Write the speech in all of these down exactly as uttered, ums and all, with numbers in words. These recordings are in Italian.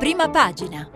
Prima pagina.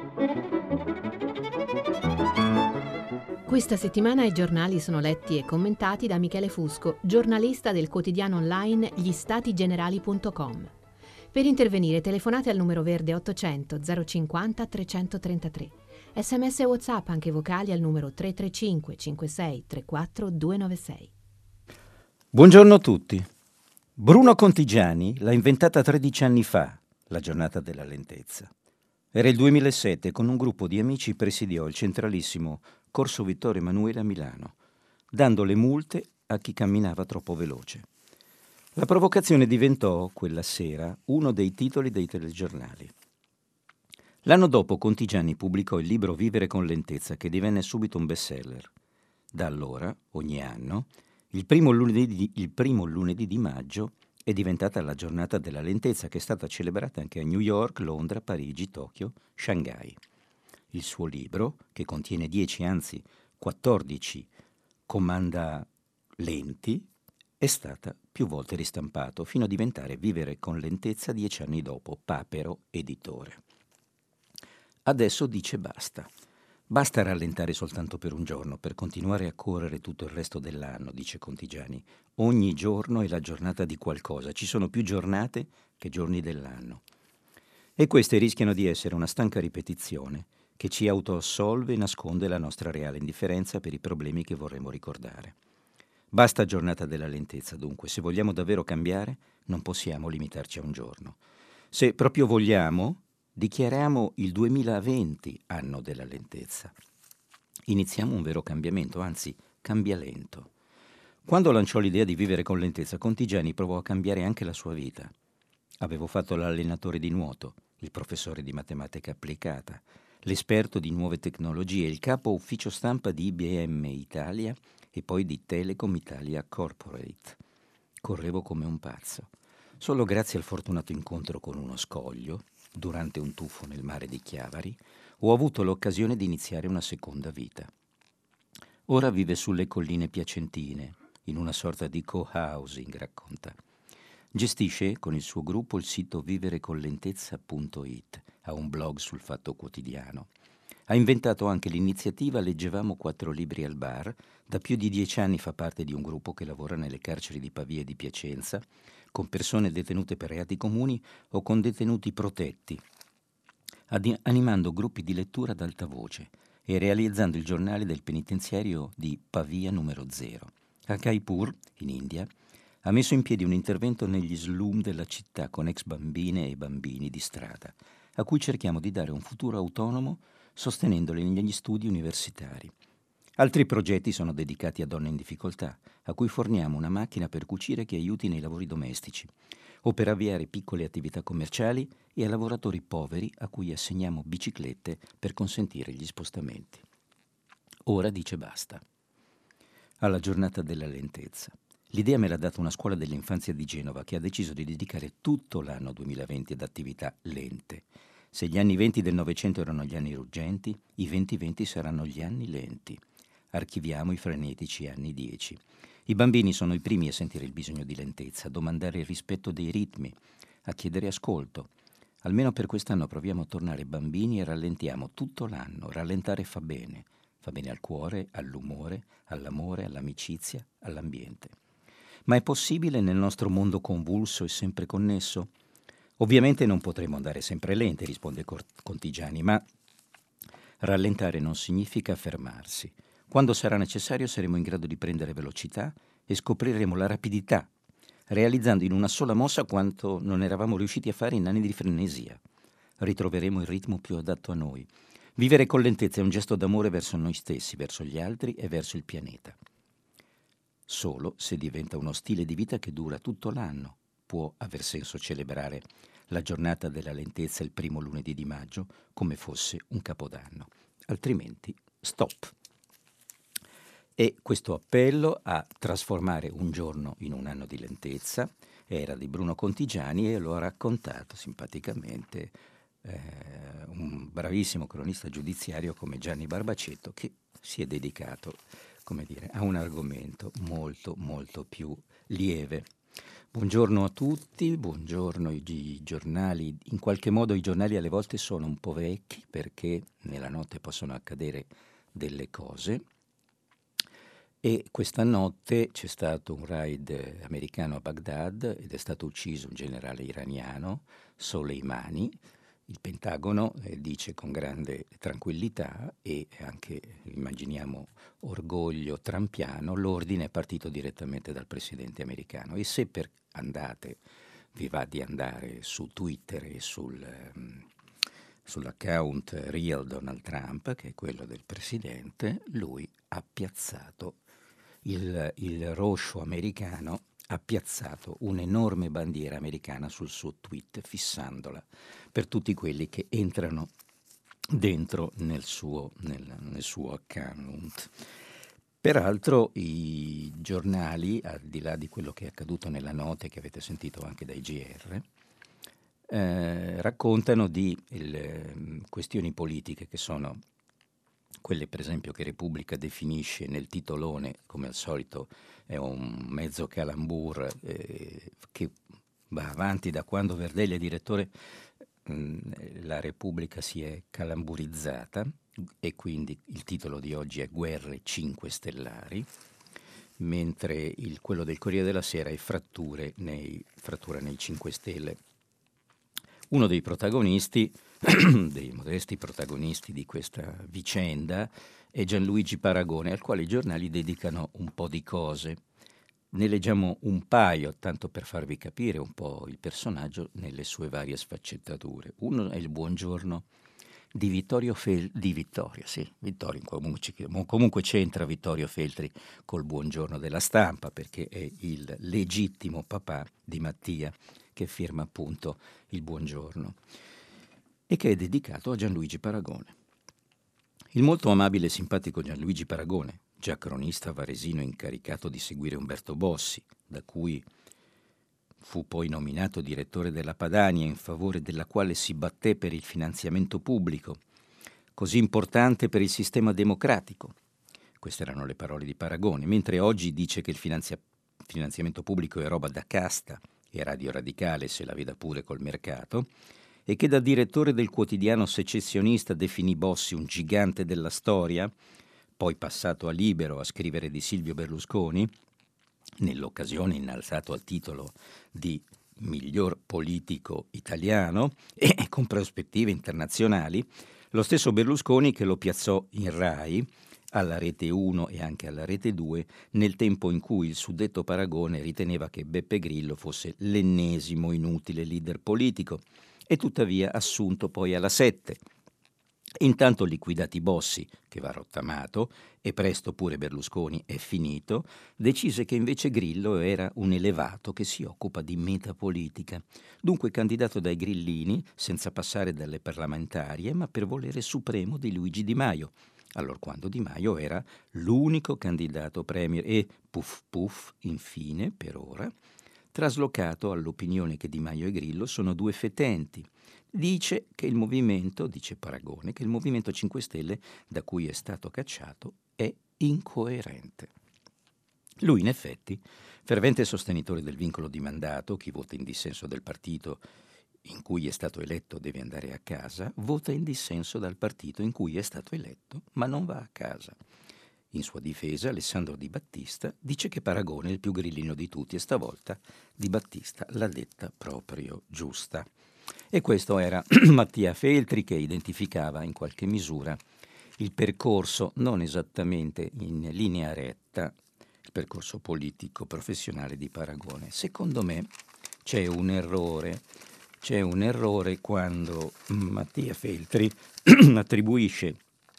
Questa settimana i giornali sono letti e commentati da Michele Fusco, giornalista del quotidiano online gli stati generali punto com. Per intervenire telefonate al numero verde ottocento zero cinquanta trecentotrentatré. Sms e WhatsApp anche vocali al numero tre tre cinque cinque sei tre quattro due nove sei. Buongiorno a tutti. Bruno Contigiani l'ha inventata tredici anni fa, la giornata della lentezza. Era il duemilasette e con un gruppo di amici presidiò il centralissimo Corso Vittorio Emanuele a Milano, dando le multe a chi camminava troppo veloce. La provocazione diventò, quella sera, uno dei titoli dei telegiornali. L'anno dopo Contigiani pubblicò il libro Vivere con lentezza, che divenne subito un bestseller. Da allora, ogni anno, il primo lunedì, il primo lunedì di maggio è diventata la giornata della lentezza, che è stata celebrata anche a New York, Londra, Parigi, Tokyo, Shanghai. Il suo libro, che contiene dieci, anzi quattordici comanda lenti, è stata più volte ristampato, fino a diventare Vivere con lentezza dieci anni dopo, Papero editore. Adesso dice basta. Basta rallentare soltanto per un giorno, per continuare a correre tutto il resto dell'anno, dice Contigiani. Ogni giorno è la giornata di qualcosa, ci sono più giornate che giorni dell'anno. E queste rischiano di essere una stanca ripetizione che ci autoassolve e nasconde la nostra reale indifferenza per i problemi che vorremmo ricordare. Basta giornata della lentezza, dunque. Se vogliamo davvero cambiare, non possiamo limitarci a un giorno. Se proprio vogliamo, dichiariamo il duemilaventi anno della lentezza. Iniziamo un vero cambiamento, anzi, cambia lento. Quando lanciò l'idea di vivere con lentezza, Contigiani provò a cambiare anche la sua vita. Avevo fatto l'allenatore di nuoto, il professore di matematica applicata, l'esperto di nuove tecnologie, il capo ufficio stampa di I B M Italia e poi di Telecom Italia Corporate. Correvo come un pazzo. Solo grazie al fortunato incontro con uno scoglio, durante un tuffo nel mare di Chiavari, ho avuto l'occasione di iniziare una seconda vita. Ora vive sulle colline piacentine, in una sorta di co-housing, racconta. Gestisce con il suo gruppo il sito vivere con lentezza punto it, ha un blog sul Fatto Quotidiano. Ha inventato anche l'iniziativa Leggevamo quattro libri al bar, da più di dieci anni fa parte di un gruppo che lavora nelle carceri di Pavia e di Piacenza, con persone detenute per reati comuni o con detenuti protetti, ad- animando gruppi di lettura ad alta voce e realizzando il giornale del penitenziario di Pavia numero zero. A Jaipur, in India, ha messo in piedi un intervento negli slum della città con ex bambine e bambini di strada, a cui cerchiamo di dare un futuro autonomo sostenendoli negli studi universitari. Altri progetti sono dedicati a donne in difficoltà, a cui forniamo una macchina per cucire che aiuti nei lavori domestici, o per avviare piccole attività commerciali, e a lavoratori poveri a cui assegniamo biciclette per consentire gli spostamenti. Ora dice basta. Alla giornata della lentezza. L'idea me l'ha data una scuola dell'infanzia di Genova che ha deciso di dedicare tutto l'anno duemilaventi ad attività lente. Se gli anni venti del Novecento erano gli anni ruggenti, i venti venti saranno gli anni lenti. Archiviamo i frenetici anni dieci. I bambini sono i primi a sentire il bisogno di lentezza, a domandare il rispetto dei ritmi, a chiedere ascolto. Almeno per quest'anno proviamo a tornare bambini e rallentiamo tutto l'anno. Rallentare fa bene. Fa bene al cuore, all'umore, all'amore, all'amicizia, all'ambiente. Ma è possibile nel nostro mondo convulso e sempre connesso? Ovviamente non potremo andare sempre lenti, risponde Contigiani, ma rallentare non significa fermarsi. Quando sarà necessario saremo in grado di prendere velocità e scopriremo la rapidità, realizzando in una sola mossa quanto non eravamo riusciti a fare in anni di frenesia. Ritroveremo il ritmo più adatto a noi. Vivere con lentezza è un gesto d'amore verso noi stessi, verso gli altri e verso il pianeta. Solo se diventa uno stile di vita che dura tutto l'anno può aver senso celebrare la giornata della lentezza il primo lunedì di maggio come fosse un capodanno. Altrimenti, stop. E questo appello a trasformare un giorno in un anno di lentezza era di Bruno Contigiani e lo ha raccontato simpaticamente eh, un bravissimo cronista giudiziario come Gianni Barbacetto, che si è dedicato, come dire, a un argomento molto molto più lieve. Buongiorno a tutti, buongiorno i gi- giornali. In qualche modo i giornali alle volte sono un po' vecchi perché nella notte possono accadere delle cose e questa notte c'è stato un raid americano a Baghdad ed è stato ucciso un generale iraniano, Soleimani. Il Pentagono eh, dice con grande tranquillità e anche, immaginiamo, orgoglio trampiano, l'ordine è partito direttamente dal presidente americano. E se per andate, vi va di andare su Twitter e sul, ehm, sull'account Real Donald Trump, che è quello del presidente, lui ha piazzato il, il roscio americano, ha piazzato un'enorme bandiera americana sul suo tweet, fissandola per tutti quelli che entrano dentro nel suo, nel, nel suo account. Peraltro i giornali, al di là di quello che è accaduto nella notte, che avete sentito anche dai G R, eh, raccontano di il, questioni politiche che sono quelle per esempio che Repubblica definisce nel titolone, come al solito è un mezzo calambur eh, che va avanti da quando Verdelli è direttore, mh, la Repubblica si è calamburizzata e quindi il titolo di oggi è Guerre cinque stellari, mentre il, quello del Corriere della Sera è Fratture nei, Frattura nei cinque Stelle. Uno dei protagonisti, dei modesti protagonisti di questa vicenda, è Gianluigi Paragone, al quale i giornali dedicano un po' di cose. Ne leggiamo un paio, tanto per farvi capire un po' il personaggio nelle sue varie sfaccettature. Uno è il buongiorno di Vittorio Fel- di Vittorio, sì, Vittorio, comunque, comunque c'entra Vittorio Feltri col buongiorno della stampa, perché è il legittimo papà di Mattia, che firma appunto il buongiorno, e che è dedicato a Gianluigi Paragone. Il molto amabile e simpatico Gianluigi Paragone, già cronista varesino incaricato di seguire Umberto Bossi, da cui fu poi nominato direttore della Padania, in favore della quale si batté per il finanziamento pubblico, così importante per il sistema democratico. Queste erano le parole di Paragone, mentre oggi dice che il finanzia- finanziamento pubblico è roba da casta e Radio Radicale se la veda pure col mercato, e che da direttore del quotidiano secessionista definì Bossi un gigante della storia, poi passato a Libero a scrivere di Silvio Berlusconi, nell'occasione innalzato al titolo di miglior politico italiano e con prospettive internazionali, lo stesso Berlusconi che lo piazzò in Rai, alla Rete uno e anche alla Rete due, nel tempo in cui il suddetto Paragone riteneva che Beppe Grillo fosse l'ennesimo inutile leader politico, e tuttavia assunto poi alla sette. Intanto liquidati Bossi, che va rottamato, e presto pure Berlusconi è finito, decise che invece Grillo era un elevato che si occupa di metapolitica, dunque candidato dai grillini senza passare dalle parlamentarie, ma per volere supremo di Luigi Di Maio, allorquando Di Maio era l'unico candidato premier e, puff puff, infine, per ora, traslocato all'opinione che Di Maio e Grillo sono due fetenti. Dice che il movimento, dice Paragone, che il Movimento cinque Stelle, da cui è stato cacciato, è incoerente. Lui, in effetti, fervente sostenitore del vincolo di mandato, chi vota in dissenso del partito in cui è stato eletto deve andare a casa, vota in dissenso dal partito in cui è stato eletto, ma non va a casa. In sua difesa, Alessandro Di Battista dice che Paragone è il più grillino di tutti e stavolta Di Battista l'ha detta proprio giusta. E questo era Mattia Feltri, che identificava in qualche misura il percorso, non esattamente in linea retta, il percorso politico professionale di Paragone. Secondo me c'è un errore, c'è un errore quando Mattia Feltri attribuisce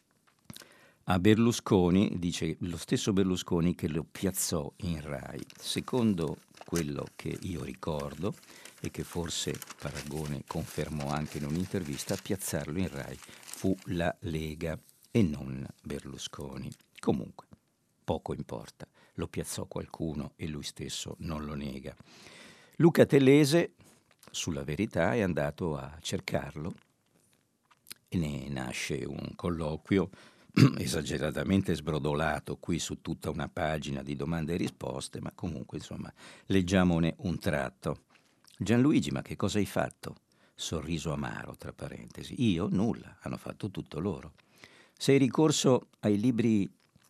a Berlusconi, dice lo stesso Berlusconi che lo piazzò in Rai. Secondo quello che io ricordo, e che forse Paragone confermò anche in un'intervista, a piazzarlo in Rai fu la Lega e non Berlusconi. Comunque, poco importa, lo piazzò qualcuno e lui stesso non lo nega. Luca Tellese, sulla Verità, è andato a cercarlo e ne nasce un colloquio esageratamente sbrodolato qui su tutta una pagina di domande e risposte, ma comunque, insomma, leggiamone un tratto. Gianluigi, ma che cosa hai fatto? Sorriso amaro, tra parentesi. Io? Nulla, hanno fatto tutto loro. Sei ricorso ai libri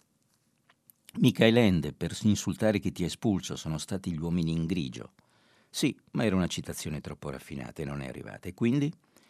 Michael Ende per insultare chi ti ha espulso, sono stati gli uomini in grigio. Sì, ma era una citazione troppo raffinata e non è arrivata. E quindi?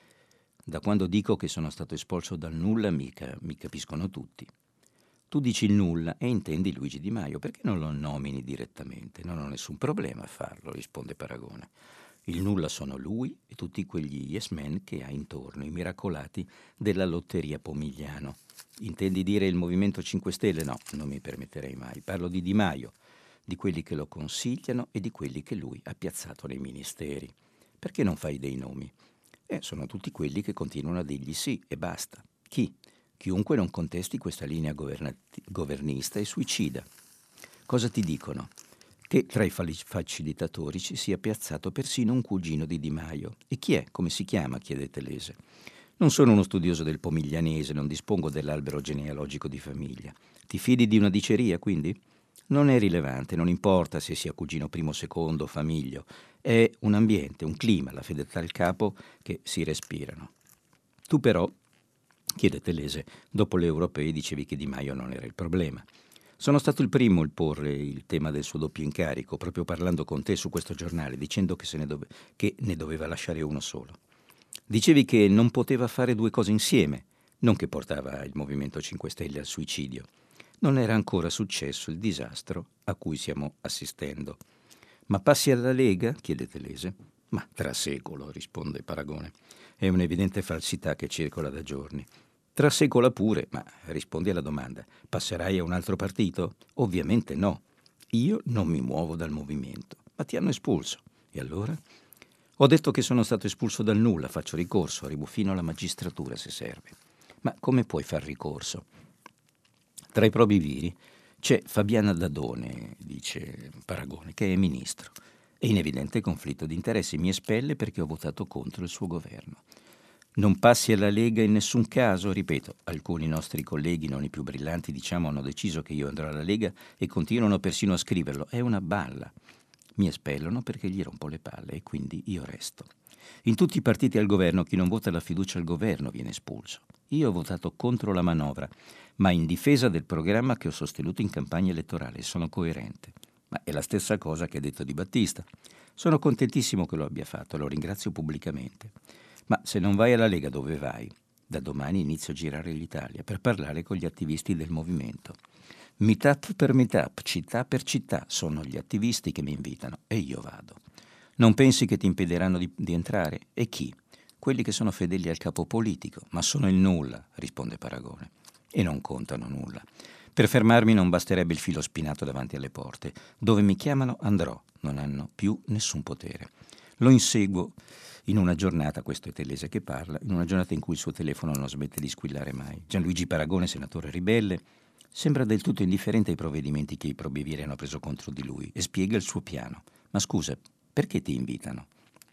Da quando dico che sono stato espulso dal nulla mi, ca- mi capiscono tutti. Tu dici il nulla e intendi Luigi Di Maio, perché non lo nomini direttamente? Non ho nessun problema a farlo, risponde Paragone. Il nulla sono lui e tutti quegli yes men che ha intorno, i miracolati della lotteria Pomigliano. Intendi dire il Movimento cinque Stelle? No, non mi permetterei mai. Parlo di Di Maio, di quelli che lo consigliano e di quelli che lui ha piazzato nei ministeri. Perché non fai dei nomi? Eh, sono tutti quelli che continuano a dirgli sì e basta. Chi? Chiunque non contesti questa linea governati- governista è suicida. Cosa ti dicono? Che tra i facilitatori ci sia piazzato persino un cugino di Di Maio. E chi è? Come si chiama? Chiede Telese. Non sono uno studioso del pomiglianese, non dispongo dell'albero genealogico di famiglia. Ti fidi di una diceria, quindi? Non è rilevante, non importa se sia cugino primo, secondo, famiglio. È un ambiente, un clima, la fedeltà al capo che si respirano. Tu però, chiede Telese, dopo le europee dicevi che Di Maio non era il problema. Sono stato il primo a porre il tema del suo doppio incarico, proprio parlando con te su questo giornale, dicendo che, se ne, dove- che ne doveva lasciare uno solo. Dicevi che non poteva fare due cose insieme, non che portava il Movimento cinque Stelle al suicidio. Non era ancora successo il disastro a cui stiamo assistendo. Ma passi alla Lega? Chiede Telese. Ma tra secolo, risponde Paragone. È un'evidente falsità che circola da giorni. Trasecola pure, ma rispondi alla domanda. Passerai a un altro partito? Ovviamente no. Io non mi muovo dal movimento. Ma ti hanno espulso. E allora? Ho detto che sono stato espulso dal nulla, faccio ricorso, ribuffino alla magistratura se serve. Ma come puoi far ricorso? Tra i probi viri c'è Fabiana Dadone, dice Paragone, che è ministro. È in evidente conflitto di interessi, mi espelle perché ho votato contro il suo governo. Non passi alla Lega in nessun caso, ripeto, alcuni nostri colleghi, non i più brillanti, diciamo, hanno deciso che io andrò alla Lega e continuano persino a scriverlo. È una balla. Mi espellono perché gli rompo le palle e quindi io resto. In tutti i partiti al governo chi non vota la fiducia al governo viene espulso. Io ho votato contro la manovra, ma in difesa del programma che ho sostenuto in campagna elettorale. Sono coerente. Ma è la stessa cosa che ha detto Di Battista. Sono contentissimo che lo abbia fatto, lo ringrazio pubblicamente. Ma se non vai alla Lega, dove vai? Da domani inizio a girare l'Italia per parlare con gli attivisti del movimento. Meetup per meetup, città per città, sono gli attivisti che mi invitano e io vado. Non pensi che ti impediranno di, di entrare? E chi? Quelli che sono fedeli al capo politico, ma sono il nulla, risponde Paragone. E non contano nulla. Per fermarmi non basterebbe il filo spinato davanti alle porte. Dove mi chiamano andrò, non hanno più nessun potere. Lo inseguo in una giornata, questo è Telese che parla, in una giornata in cui il suo telefono non smette di squillare mai. Gianluigi Paragone, senatore ribelle, sembra del tutto indifferente ai provvedimenti che i probiviri hanno preso contro di lui e spiega il suo piano. Ma scusa, perché ti invitano?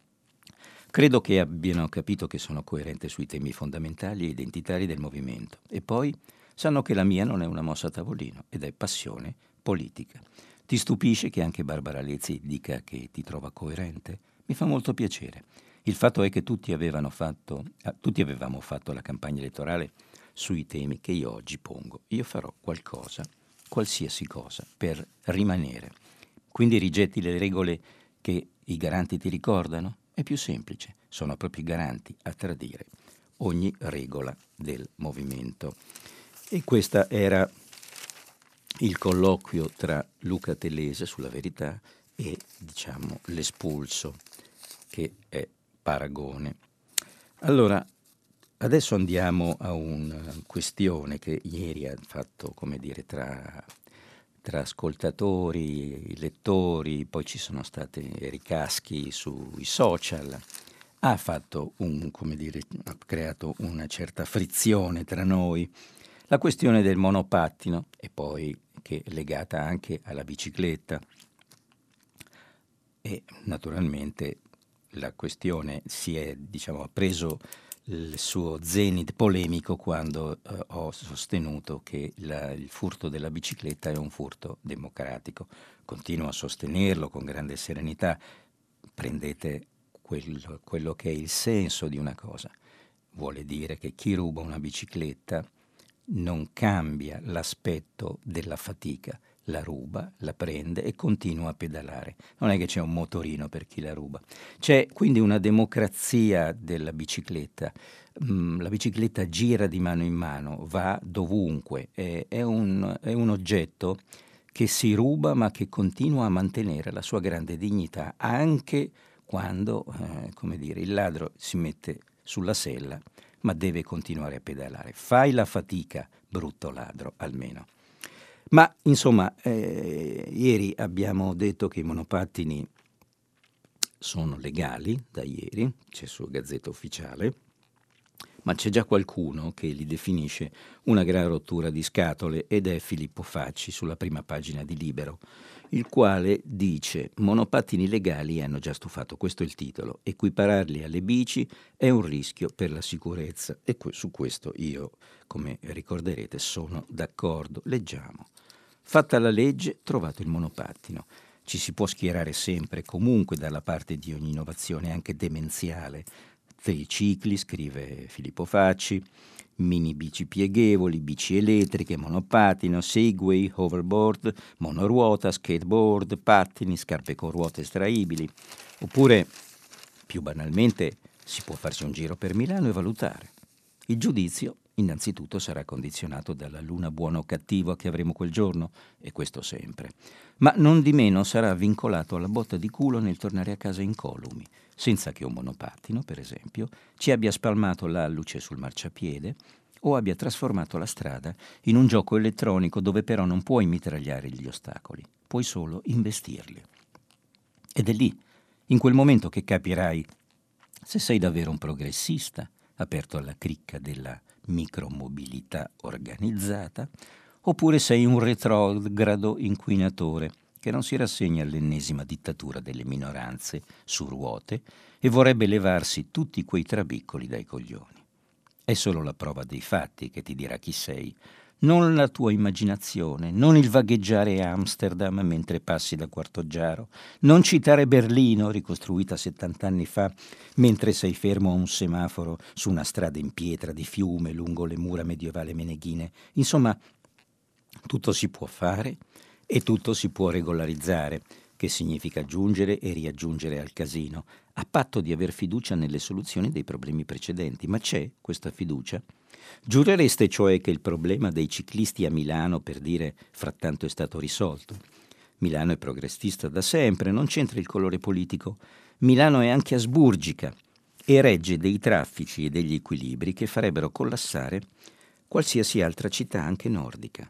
Credo che abbiano capito che sono coerente sui temi fondamentali e identitari del movimento. E poi sanno che la mia non è una mossa a tavolino ed è passione politica. Ti stupisce che anche Barbara Lezzi dica che ti trova coerente? Mi fa molto piacere. Il fatto è che tutti avevano fatto, eh, tutti avevamo fatto la campagna elettorale sui temi che io oggi pongo. Io farò qualcosa, qualsiasi cosa, per rimanere. Quindi rigetti le regole che i garanti ti ricordano? È più semplice, sono proprio i garanti a tradire ogni regola del movimento. E questo era il colloquio tra Luca Telese sulla Verità e, diciamo, l'espulso che è Paragone. Allora, adesso andiamo a una questione che ieri ha fatto, come dire, tra, tra ascoltatori, lettori, poi ci sono stati ricaschi sui social, ha fatto un, come dire, ha creato una certa frizione tra noi. La questione del monopattino, e poi che è legata anche alla bicicletta, e naturalmente la questione si è, diciamo, preso il suo zenit polemico quando eh, ho sostenuto che la, il furto della bicicletta è un furto democratico. Continuo a sostenerlo con grande serenità. Prendete quello, quello che è il senso di una cosa. Vuole dire che chi ruba una bicicletta non cambia l'aspetto della fatica, la ruba, la prende e continua a pedalare. Non è che c'è un motorino per chi la ruba. C'è quindi una democrazia della bicicletta. Mm, la bicicletta gira di mano in mano, va dovunque, è, è, un, è un oggetto che si ruba ma che continua a mantenere la sua grande dignità anche quando, eh, come dire, il ladro si mette sulla sella ma deve continuare a pedalare. Fai la fatica, brutto ladro, almeno. Ma, insomma, eh, ieri abbiamo detto che i monopattini sono legali, da ieri, c'è sul Gazzetta Ufficiale, ma c'è già qualcuno che li definisce una gran rottura di scatole ed è Filippo Facci sulla prima pagina di Libero, il quale dice: monopattini legali hanno già stufato, questo è il titolo, equipararli alle bici è un rischio per la sicurezza, e su questo io, come ricorderete, sono d'accordo. Leggiamo. Fatta la legge, trovato il monopattino. Ci si può schierare sempre, comunque, dalla parte di ogni innovazione, anche demenziale. Tricicli, scrive Filippo Facci, mini bici pieghevoli, bici elettriche, monopattino, Segway, hoverboard, monoruota, skateboard, pattini, scarpe con ruote estraibili. Oppure, più banalmente, si può farsi un giro per Milano e valutare. Il giudizio, innanzitutto, sarà condizionato dalla luna buona o cattiva che avremo quel giorno, e questo sempre. Ma non di meno sarà vincolato alla botta di culo nel tornare a casa incolumi, senza che un monopattino, per esempio, ci abbia spalmato l'alluce sul marciapiede o abbia trasformato la strada in un gioco elettronico dove però non puoi mitragliare gli ostacoli, puoi solo investirli. Ed è lì, in quel momento, che capirai se sei davvero un progressista, aperto alla cricca della micromobilità organizzata, oppure sei un retrogrado inquinatore che non si rassegna all'ennesima dittatura delle minoranze su ruote e vorrebbe levarsi tutti quei trabiccoli dai coglioni. È solo la prova dei fatti che ti dirà chi sei, non la tua immaginazione, non il vagheggiare a Amsterdam mentre passi da Quartoggiaro, non citare Berlino, ricostruita settant'anni fa, mentre sei fermo a un semaforo su una strada in pietra di fiume lungo le mura medievali meneghine. Insomma, tutto si può fare e tutto si può regolarizzare, che significa aggiungere e riaggiungere al casino, a patto di aver fiducia nelle soluzioni dei problemi precedenti. Ma c'è questa fiducia? Giurereste cioè che il problema dei ciclisti a Milano, per dire, frattanto è stato risolto? Milano è progressista da sempre, non c'entra il colore politico. Milano è anche asburgica e regge dei traffici e degli equilibri che farebbero collassare qualsiasi altra città, anche nordica.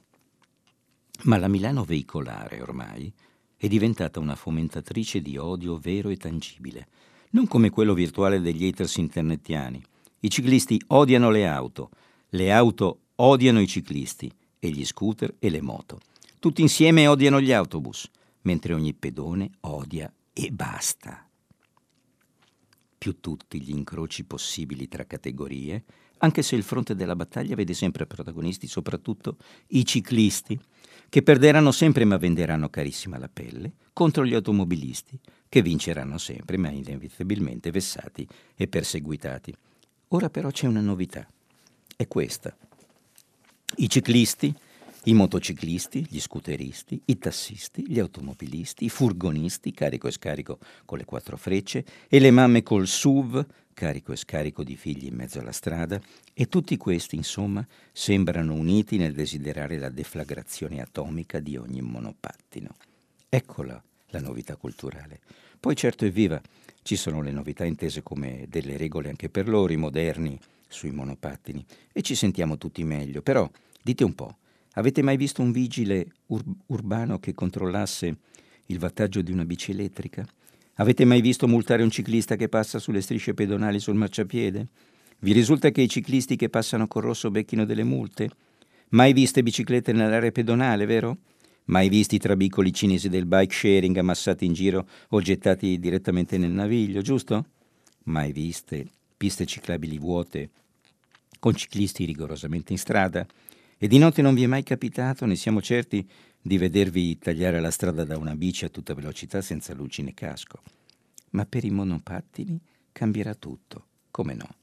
Ma la Milano veicolare, ormai, è diventata una fomentatrice di odio vero e tangibile, non come quello virtuale degli haters internetiani. I ciclisti odiano le auto, le auto odiano i ciclisti, e gli scooter e le moto. Tutti insieme odiano gli autobus, mentre ogni pedone odia e basta. Più tutti gli incroci possibili tra categorie, anche se il fronte della battaglia vede sempre protagonisti soprattutto i ciclisti, che perderanno sempre ma venderanno carissima la pelle, contro gli automobilisti, che vinceranno sempre ma inevitabilmente vessati e perseguitati. Ora però c'è una novità, è questa. I ciclisti, i motociclisti, gli scooteristi, i tassisti, gli automobilisti, i furgonisti, carico e scarico con le quattro frecce, e le mamme col S U V, carico e scarico di figli in mezzo alla strada, e tutti questi, insomma, sembrano uniti nel desiderare la deflagrazione atomica di ogni monopattino. Eccola la novità culturale. Poi certo, evviva, ci sono le novità intese come delle regole anche per loro, i moderni sui monopattini, e ci sentiamo tutti meglio. Però, dite un po', avete mai visto un vigile ur- urbano che controllasse il wattaggio di una bici elettrica? Avete mai visto multare un ciclista che passa sulle strisce pedonali sul marciapiede? Vi risulta che i ciclisti che passano col rosso becchino delle multe? Mai viste biciclette nell'area pedonale, vero? Mai visti i trabicoli cinesi del bike sharing ammassati in giro o gettati direttamente nel naviglio, giusto? Mai viste piste ciclabili vuote con ciclisti rigorosamente in strada? E di notte non vi è mai capitato, ne siamo certi, di vedervi tagliare la strada da una bici a tutta velocità senza luci né casco. Ma per i monopattini cambierà tutto, come no?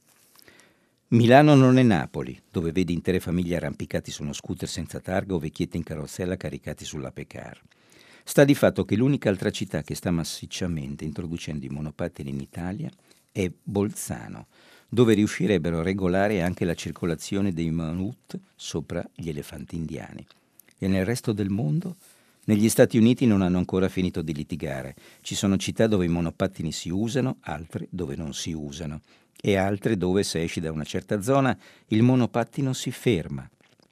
Milano non è Napoli, dove vedi intere famiglie arrampicati su uno scooter senza targa o vecchiette in carrozzella caricati sull'Ape Car. Sta di fatto che l'unica altra città che sta massicciamente introducendo i monopattini in Italia è Bolzano, dove riuscirebbero a regolare anche la circolazione dei mamut sopra gli elefanti indiani. E nel resto del mondo? Negli Stati Uniti non hanno ancora finito di litigare. Ci sono città dove i monopattini si usano, altre dove non si usano, e altre dove, se esci da una certa zona, il monopattino si ferma.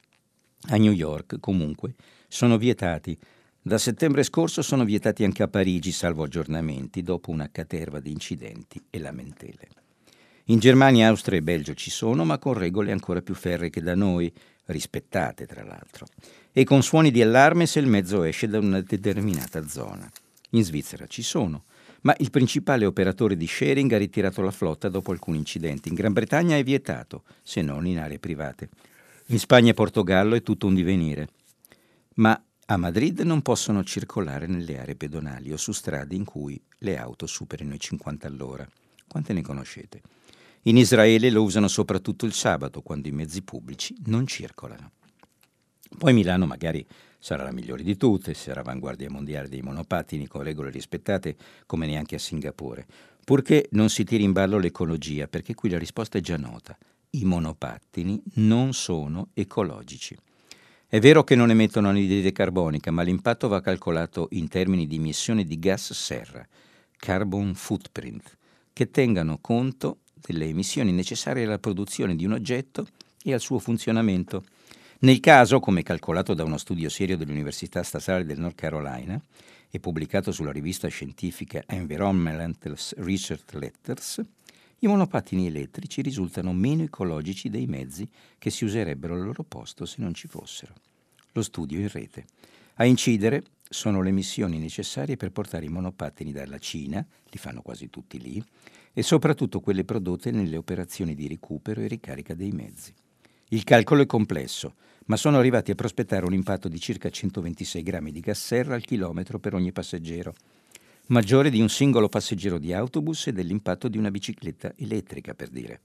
A New York, comunque, sono vietati. Da settembre scorso sono vietati anche a Parigi, salvo aggiornamenti, dopo una caterva di incidenti e lamentele. In Germania, Austria e Belgio ci sono, ma con regole ancora più ferree che da noi, rispettate tra l'altro, e con suoni di allarme se il mezzo esce da una determinata zona. In Svizzera ci sono, ma il principale operatore di sharing ha ritirato la flotta dopo alcuni incidenti. In Gran Bretagna è vietato, se non in aree private. In Spagna e Portogallo è tutto un divenire. Ma a Madrid non possono circolare nelle aree pedonali o su strade in cui le auto superino i cinquanta all'ora. Quante ne conoscete? In Israele lo usano soprattutto il sabato, quando i mezzi pubblici non circolano. Poi Milano magari sarà la migliore di tutte, sarà avanguardia mondiale dei monopattini con regole rispettate come neanche a Singapore, purché non si tiri in ballo l'ecologia, perché qui la risposta è già nota. I monopattini non sono ecologici. È vero che non emettono anidride carbonica, ma l'impatto va calcolato in termini di emissione di gas serra, carbon footprint, che tengano conto delle emissioni necessarie alla produzione di un oggetto e al suo funzionamento. Nel caso, come calcolato da uno studio serio dell'Università Statale del North Carolina e pubblicato sulla rivista scientifica Environmental Research Letters, i monopattini elettrici risultano meno ecologici dei mezzi che si userebbero al loro posto se non ci fossero. Lo studio in rete. A incidere sono le emissioni necessarie per portare i monopattini dalla Cina, li fanno quasi tutti lì, e soprattutto quelle prodotte nelle operazioni di recupero e ricarica dei mezzi. Il calcolo è complesso, ma sono arrivati a prospettare un impatto di circa centoventisei grammi di gas serra al chilometro per ogni passeggero, maggiore di un singolo passeggero di autobus e dell'impatto di una bicicletta elettrica, per dire.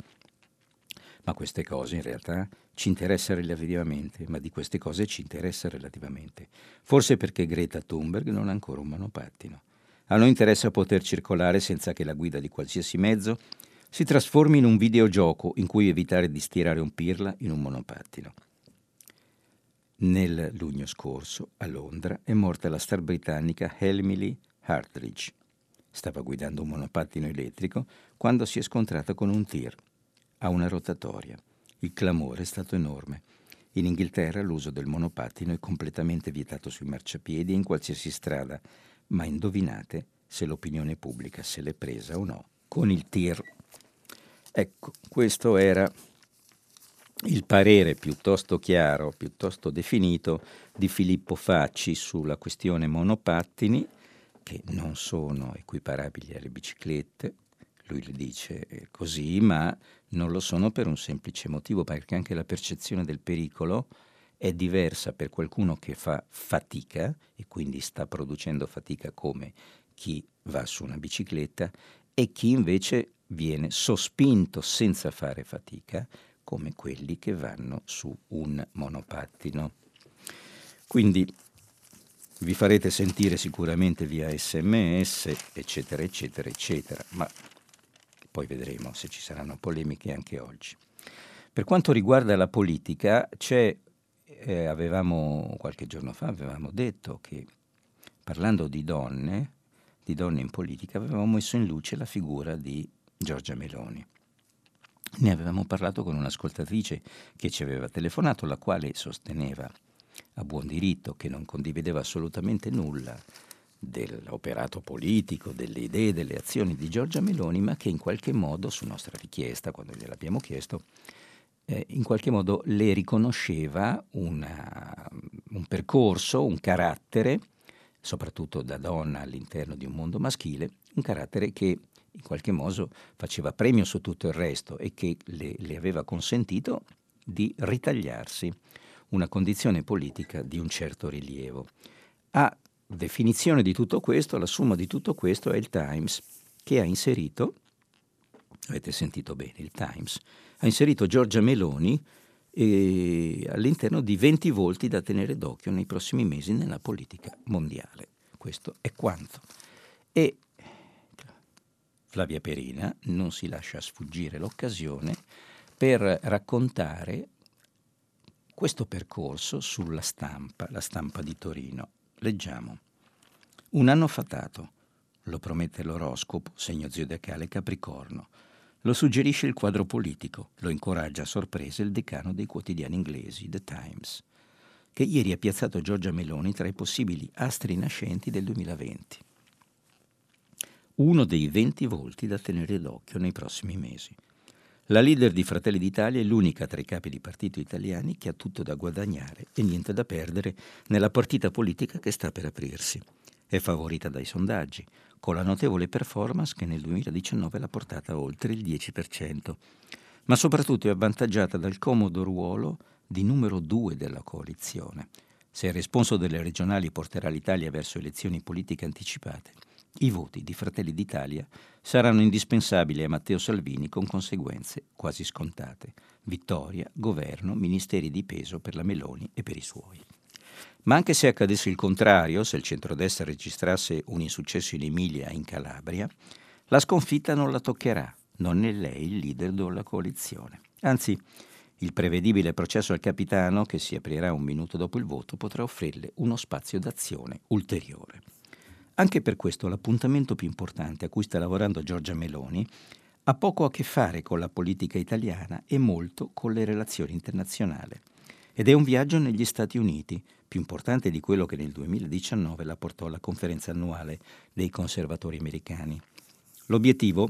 Ma queste cose in realtà ci interessa relativamente, ma di queste cose ci interessa relativamente. Forse perché Greta Thunberg non ha ancora un monopattino. A noi interessa poter circolare senza che la guida di qualsiasi mezzo si trasformi in un videogioco in cui evitare di stirare un pirla in un monopattino. Nel luglio scorso, a Londra, è morta la star britannica Emily Hartridge. Stava guidando un monopattino elettrico quando si è scontrata con un tir a una rotatoria. Il clamore è stato enorme. In Inghilterra l'uso del monopattino è completamente vietato sui marciapiedi e in qualsiasi strada, ma indovinate se l'opinione pubblica se l'è presa o no con il tir. Ecco, questo era il parere piuttosto chiaro, piuttosto definito di Filippo Facci sulla questione monopattini, che non sono equiparabili alle biciclette. Lui le dice così, ma non lo sono per un semplice motivo, perché anche la percezione del pericolo è diversa per qualcuno che fa fatica e quindi sta producendo fatica come chi va su una bicicletta e chi invece viene sospinto senza fare fatica come quelli che vanno su un monopattino. Quindi vi farete sentire sicuramente via sms, eccetera, eccetera, eccetera, ma poi vedremo se ci saranno polemiche anche oggi. Per quanto riguarda la politica, c'è, eh, avevamo qualche giorno fa avevamo detto che parlando di donne, di donne in politica, avevamo messo in luce la figura di Giorgia Meloni. Ne avevamo parlato con un'ascoltatrice che ci aveva telefonato, la quale sosteneva a buon diritto che non condivideva assolutamente nulla dell'operato politico, delle idee, delle azioni di Giorgia Meloni, ma che in qualche modo, su nostra richiesta, quando gliel'abbiamo chiesto, eh, in qualche modo le riconosceva una un percorso, un carattere, soprattutto da donna all'interno di un mondo maschile, un carattere che in qualche modo faceva premio su tutto il resto e che le, le aveva consentito di ritagliarsi una condizione politica di un certo rilievo. A definizione di tutto questo, la somma di tutto questo è il Times, che ha inserito, avete sentito bene, il Times, ha inserito Giorgia Meloni eh, all'interno di venti volti da tenere d'occhio nei prossimi mesi nella politica mondiale. Questo è quanto. E Flavia Perina non si lascia sfuggire l'occasione per raccontare questo percorso sulla stampa, la stampa di Torino. Leggiamo. Un anno fatato, lo promette l'oroscopo, segno zodiacale Capricorno. Lo suggerisce il quadro politico, lo incoraggia a sorpresa il decano dei quotidiani inglesi, The Times, che ieri ha piazzato Giorgia Meloni tra i possibili astri nascenti del duemilaventi. Uno dei venti volti da tenere d'occhio nei prossimi mesi. La leader di Fratelli d'Italia è l'unica tra i capi di partito italiani che ha tutto da guadagnare e niente da perdere nella partita politica che sta per aprirsi. È favorita dai sondaggi, con la notevole performance che nel duemiladiciannove l'ha portata a oltre il dieci per cento, ma soprattutto è avvantaggiata dal comodo ruolo di numero due della coalizione. Se il responso delle regionali porterà l'Italia verso elezioni politiche anticipate, i voti di Fratelli d'Italia saranno indispensabili a Matteo Salvini con conseguenze quasi scontate. Vittoria, governo, ministeri di peso per la Meloni e per i suoi. Ma anche se accadesse il contrario, se il centrodestra registrasse un insuccesso in Emilia e in Calabria, la sconfitta non la toccherà, non è lei il leader della coalizione. Anzi, il prevedibile processo al capitano, che si aprirà un minuto dopo il voto, potrà offrirle uno spazio d'azione ulteriore. Anche per questo l'appuntamento più importante a cui sta lavorando Giorgia Meloni ha poco a che fare con la politica italiana e molto con le relazioni internazionali. Ed è un viaggio negli Stati Uniti, più importante di quello che nel duemiladiciannove la portò alla conferenza annuale dei conservatori americani. L'obiettivo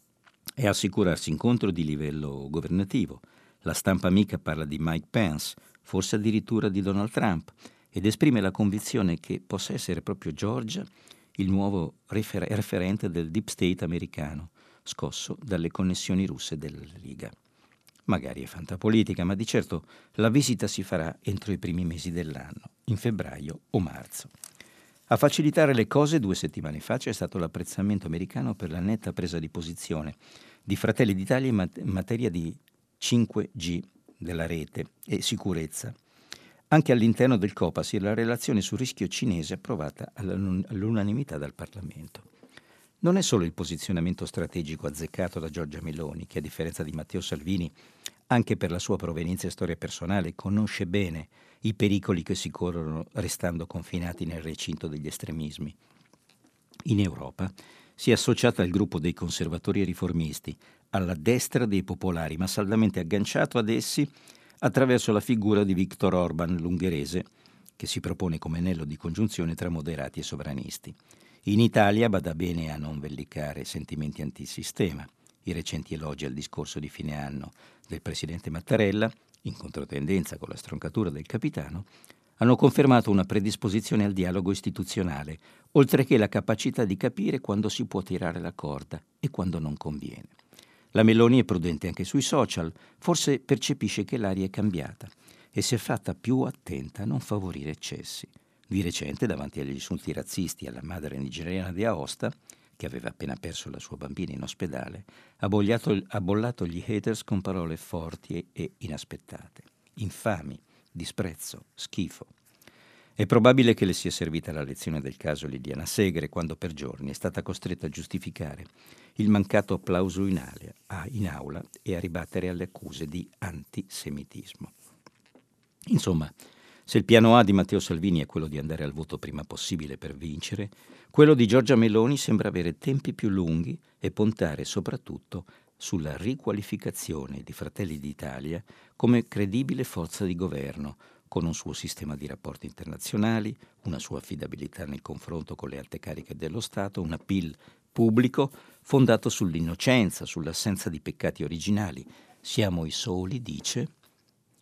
è assicurarsi incontro di livello governativo. La stampa amica parla di Mike Pence, forse addirittura di Donald Trump, ed esprime la convinzione che possa essere proprio Giorgia il nuovo refer- referente del deep state americano, scosso dalle connessioni russe della Lega. Magari è fantapolitica, ma di certo la visita si farà entro i primi mesi dell'anno, in febbraio o marzo. A facilitare le cose, due settimane fa c'è stato l'apprezzamento americano per la netta presa di posizione di Fratelli d'Italia in, mat- in materia di cinque G della rete e sicurezza. Anche all'interno del Copasir la relazione sul rischio cinese approvata all'unanimità dal Parlamento. Non è solo il posizionamento strategico azzeccato da Giorgia Meloni, che a differenza di Matteo Salvini, anche per la sua provenienza e storia personale, conosce bene i pericoli che si corrono restando confinati nel recinto degli estremismi. In Europa si è associata al gruppo dei conservatori e riformisti, alla destra dei popolari, ma saldamente agganciato ad essi attraverso la figura di Viktor Orban, l'ungherese, che si propone come anello di congiunzione tra moderati e sovranisti. In Italia bada bene a non vellicare sentimenti antisistema. I recenti elogi al discorso di fine anno del presidente Mattarella, in controtendenza con la stroncatura del capitano, hanno confermato una predisposizione al dialogo istituzionale, oltre che la capacità di capire quando si può tirare la corda e quando non conviene. La Meloni è prudente anche sui social, forse percepisce che l'aria è cambiata e si è fatta più attenta a non favorire eccessi. Di recente, davanti agli insulti razzisti alla madre nigeriana di Aosta, che aveva appena perso la sua bambina in ospedale, ha, bogliato, ha bollato gli haters con parole forti e inaspettate. Infami, disprezzo, schifo. È probabile che le sia servita la lezione del caso Liliana Segre, quando per giorni è stata costretta a giustificare il mancato applauso in, aula, in aula e a ribattere alle accuse di antisemitismo. Insomma, se il piano A di Matteo Salvini è quello di andare al voto prima possibile per vincere, quello di Giorgia Meloni sembra avere tempi più lunghi e puntare soprattutto sulla riqualificazione di Fratelli d'Italia come credibile forza di governo, con un suo sistema di rapporti internazionali, una sua affidabilità nel confronto con le alte cariche dello Stato, un appeal pubblico fondato sull'innocenza, sull'assenza di peccati originali. Siamo i soli, dice,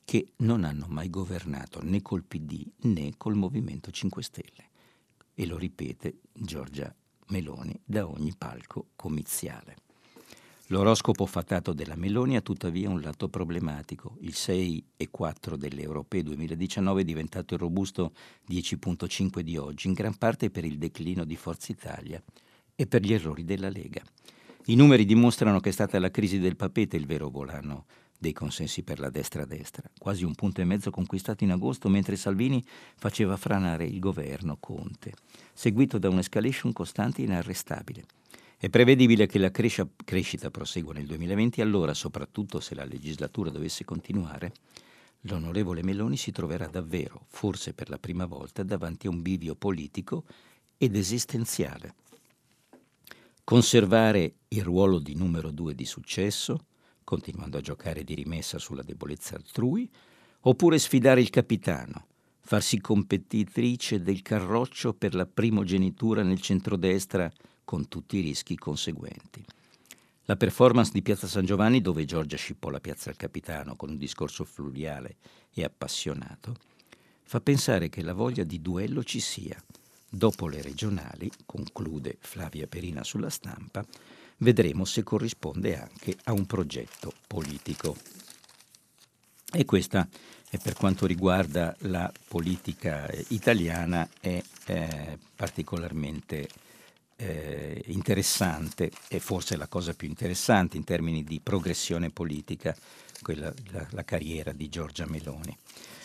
che non hanno mai governato né col P D né col Movimento cinque Stelle. E lo ripete Giorgia Meloni da ogni palco comiziale. L'oroscopo fatato della Meloni ha tuttavia un lato problematico. Il sei virgola quattro delle europee duemiladiciannove è diventato il robusto dieci virgola cinque di oggi, in gran parte per il declino di Forza Italia e per gli errori della Lega. I numeri dimostrano che è stata la crisi del Papete il vero volano dei consensi per la destra-destra, quasi un punto e mezzo conquistato in agosto mentre Salvini faceva franare il governo Conte, seguito da un'escalation costante e inarrestabile. È prevedibile che la crescia, crescita prosegua nel duemilaventi, allora, soprattutto se la legislatura dovesse continuare, l'onorevole Meloni si troverà davvero, forse per la prima volta, davanti a un bivio politico ed esistenziale. Conservare il ruolo di numero due di successo, continuando a giocare di rimessa sulla debolezza altrui, oppure sfidare il capitano, farsi competitrice del carroccio per la primogenitura nel centrodestra con tutti i rischi conseguenti. La performance di Piazza San Giovanni, dove Giorgia scippò la piazza al capitano con un discorso fluviale e appassionato, fa pensare che la voglia di duello ci sia. Dopo le regionali, conclude Flavia Perina sulla Stampa, vedremo se corrisponde anche a un progetto politico. E questa è, per quanto riguarda la politica italiana, è eh, particolarmente eh, interessante, e forse la cosa più interessante in termini di progressione politica, quella, la, la carriera di Giorgia Meloni.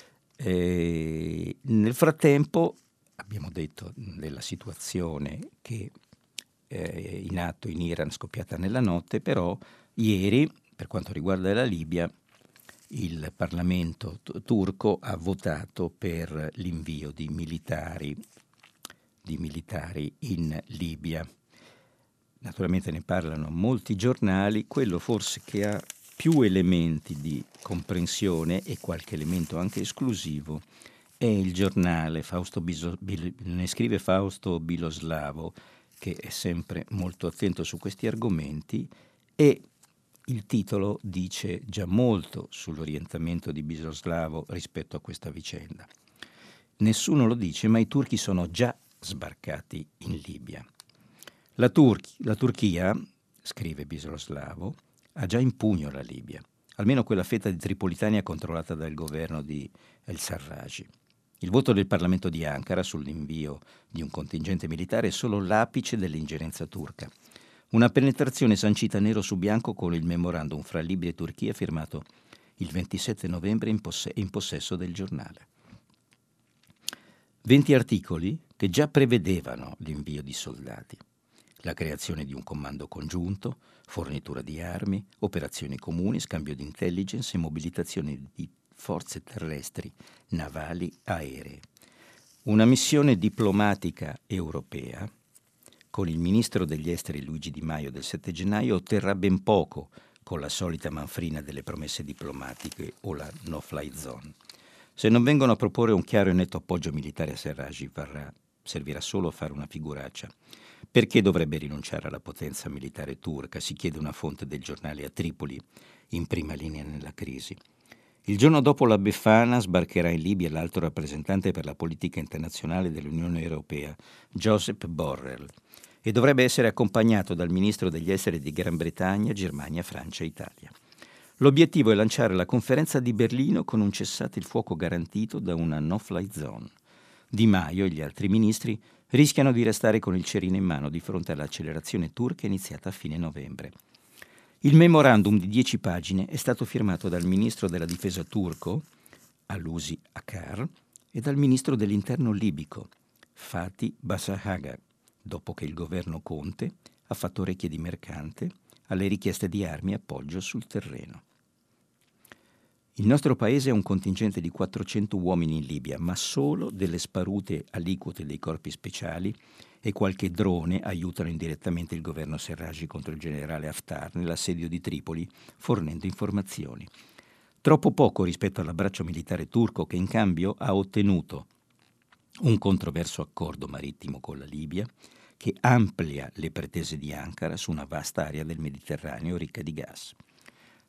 E nel frattempo abbiamo detto della situazione che è in atto in Iran, scoppiata nella notte, però ieri, per quanto riguarda la Libia, il Parlamento t- turco ha votato per l'invio di militari, di militari in Libia. Naturalmente ne parlano molti giornali, quello forse che ha più elementi di comprensione e qualche elemento anche esclusivo è il giornale Fausto Biso, Bil, ne scrive Fausto Biloslavo, che è sempre molto attento su questi argomenti, e il titolo dice già molto sull'orientamento di Biloslavo rispetto a questa vicenda. Nessuno lo dice, ma i turchi sono già sbarcati in Libia. La, Turchi, la Turchia, scrive Biloslavo, ha già in pugno la Libia, almeno quella fetta di Tripolitania controllata dal governo di El-Sarraj. Il voto del Parlamento di Ankara sull'invio di un contingente militare è solo l'apice dell'ingerenza turca. Una penetrazione sancita nero su bianco con il memorandum fra Libia e Turchia firmato il ventisette novembre in, poss- in possesso del giornale. venti articoli che già prevedevano l'invio di soldati, la creazione di un comando congiunto, fornitura di armi, operazioni comuni, scambio di intelligence e mobilitazione di forze terrestri, navali, aeree. Una missione diplomatica europea, con il ministro degli esteri Luigi Di Maio del sette gennaio, otterrà ben poco con la solita manfrina delle promesse diplomatiche o la no-fly zone. Se non vengono a proporre un chiaro e netto appoggio militare a Serraj, varrà, servirà solo a fare una figuraccia. Perché dovrebbe rinunciare alla potenza militare turca? Si chiede una fonte del giornale a Tripoli, in prima linea nella crisi. Il giorno dopo la Befana sbarcherà in Libia l'alto rappresentante per la politica internazionale dell'Unione Europea, Josep Borrell, e dovrebbe essere accompagnato dal ministro degli esteri di Gran Bretagna, Germania, Francia e Italia. L'obiettivo è lanciare la conferenza di Berlino con un cessate il fuoco garantito da una no-fly zone. Di Maio e gli altri ministri rischiano di restare con il cerino in mano di fronte all'accelerazione turca iniziata a fine novembre. Il memorandum di dieci pagine è stato firmato dal ministro della difesa turco, Hulusi Akar, e dal ministro dell'interno libico, Fatih Bashagha, dopo che il governo Conte ha fatto orecchie di mercante alle richieste di armi e appoggio sul terreno. Il nostro paese ha un contingente di quattrocento uomini in Libia, ma solo delle sparute aliquote dei corpi speciali e qualche drone aiutano indirettamente il governo Serraj contro il generale Haftar nell'assedio di Tripoli, fornendo informazioni. Troppo poco rispetto all'abbraccio militare turco, che in cambio ha ottenuto un controverso accordo marittimo con la Libia che amplia le pretese di Ankara su una vasta area del Mediterraneo ricca di gas.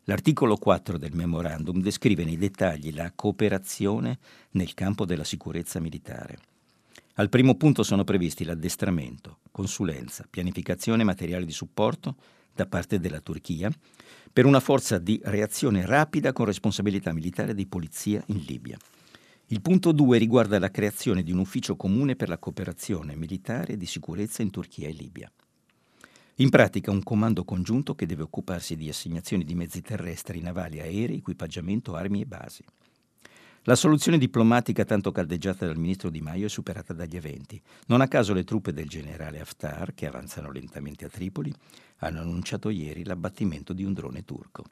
L'articolo quattro del memorandum descrive nei dettagli la cooperazione nel campo della sicurezza militare. Al primo punto sono previsti l'addestramento, consulenza, pianificazione e materiale di supporto da parte della Turchia per una forza di reazione rapida con responsabilità militare di polizia in Libia. Il punto due riguarda la creazione di un ufficio comune per la cooperazione militare e di sicurezza in Turchia e Libia. In pratica un comando congiunto che deve occuparsi di assegnazioni di mezzi terrestri, navali, aerei, equipaggiamento, armi e basi. La soluzione diplomatica tanto caldeggiata dal ministro Di Maio è superata dagli eventi. Non a caso le truppe del generale Haftar, che avanzano lentamente a Tripoli, hanno annunciato ieri l'abbattimento di un drone turco.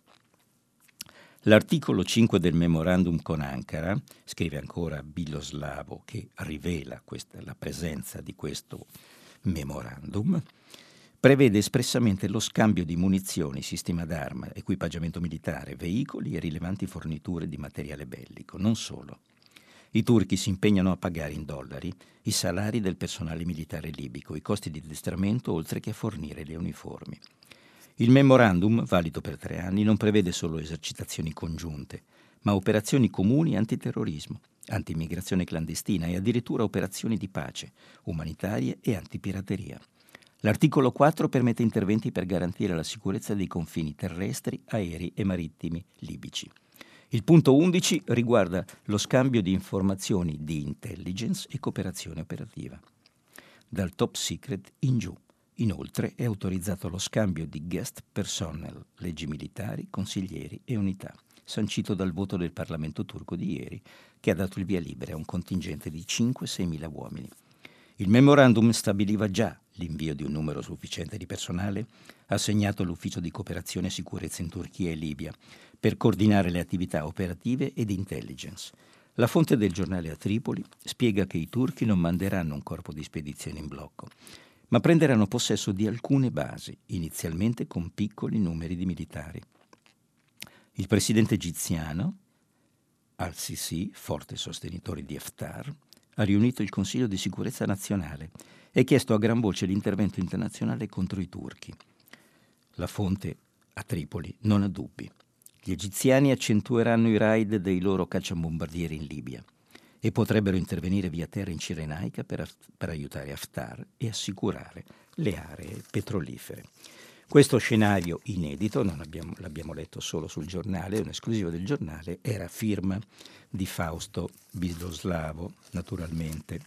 L'articolo cinque del memorandum con Ankara, scrive ancora Biloslavo, che rivela questa, la presenza di questo memorandum, prevede espressamente lo scambio di munizioni, sistema d'arma, equipaggiamento militare, veicoli e rilevanti forniture di materiale bellico. Non solo. I turchi si impegnano a pagare in dollari i salari del personale militare libico, i costi di addestramento, oltre che a fornire le uniformi. Il memorandum, valido per tre anni, non prevede solo esercitazioni congiunte, ma operazioni comuni antiterrorismo, anti-immigrazione clandestina e addirittura operazioni di pace, umanitarie e antipirateria. L'articolo quattro permette interventi per garantire la sicurezza dei confini terrestri, aerei e marittimi libici. Il punto undici riguarda lo scambio di informazioni di intelligence e cooperazione operativa, dal top secret in giù. Inoltre è autorizzato lo scambio di guest personnel, leggi militari, consiglieri e unità, sancito dal voto del Parlamento turco di ieri, che ha dato il via libera a un contingente di cinque sei mila uomini. Il memorandum stabiliva già l'invio di un numero sufficiente di personale assegnato all'Ufficio di Cooperazione e Sicurezza in Turchia e Libia per coordinare le attività operative ed intelligence. La fonte del giornale a Tripoli spiega che i turchi non manderanno un corpo di spedizione in blocco, ma prenderanno possesso di alcune basi, inizialmente con piccoli numeri di militari. Il presidente egiziano, al-Sisi, forte sostenitore di Haftar, ha riunito il Consiglio di Sicurezza Nazionale e chiesto a gran voce l'intervento internazionale contro i turchi. La fonte a Tripoli non ha dubbi. Gli egiziani accentueranno i raid dei loro cacciabombardieri in Libia e potrebbero intervenire via terra in Cirenaica per, per aiutare Haftar e assicurare le aree petrolifere. Questo scenario inedito, non abbiamo, l'abbiamo letto solo sul giornale, è un'esclusiva del giornale, era firma di Fausto Biloslavo, naturalmente.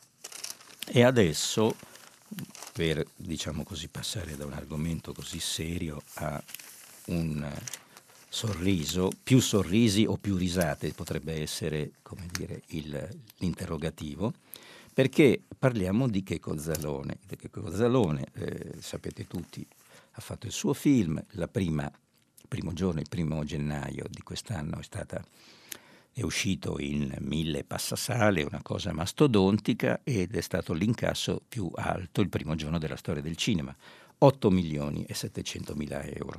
E adesso, per diciamo così passare da un argomento così serio a un sorriso, più sorrisi o più risate potrebbe essere, come dire, il, l'interrogativo, perché parliamo di Checco Zalone. Di Checco Zalone, eh, sapete tutti, ha fatto il suo film, la prima, il primo giorno, il primo gennaio di quest'anno è stata è uscito in mille passasale, una cosa mastodontica, ed è stato l'incasso più alto il primo giorno della storia del cinema, otto milioni e settecentomila euro.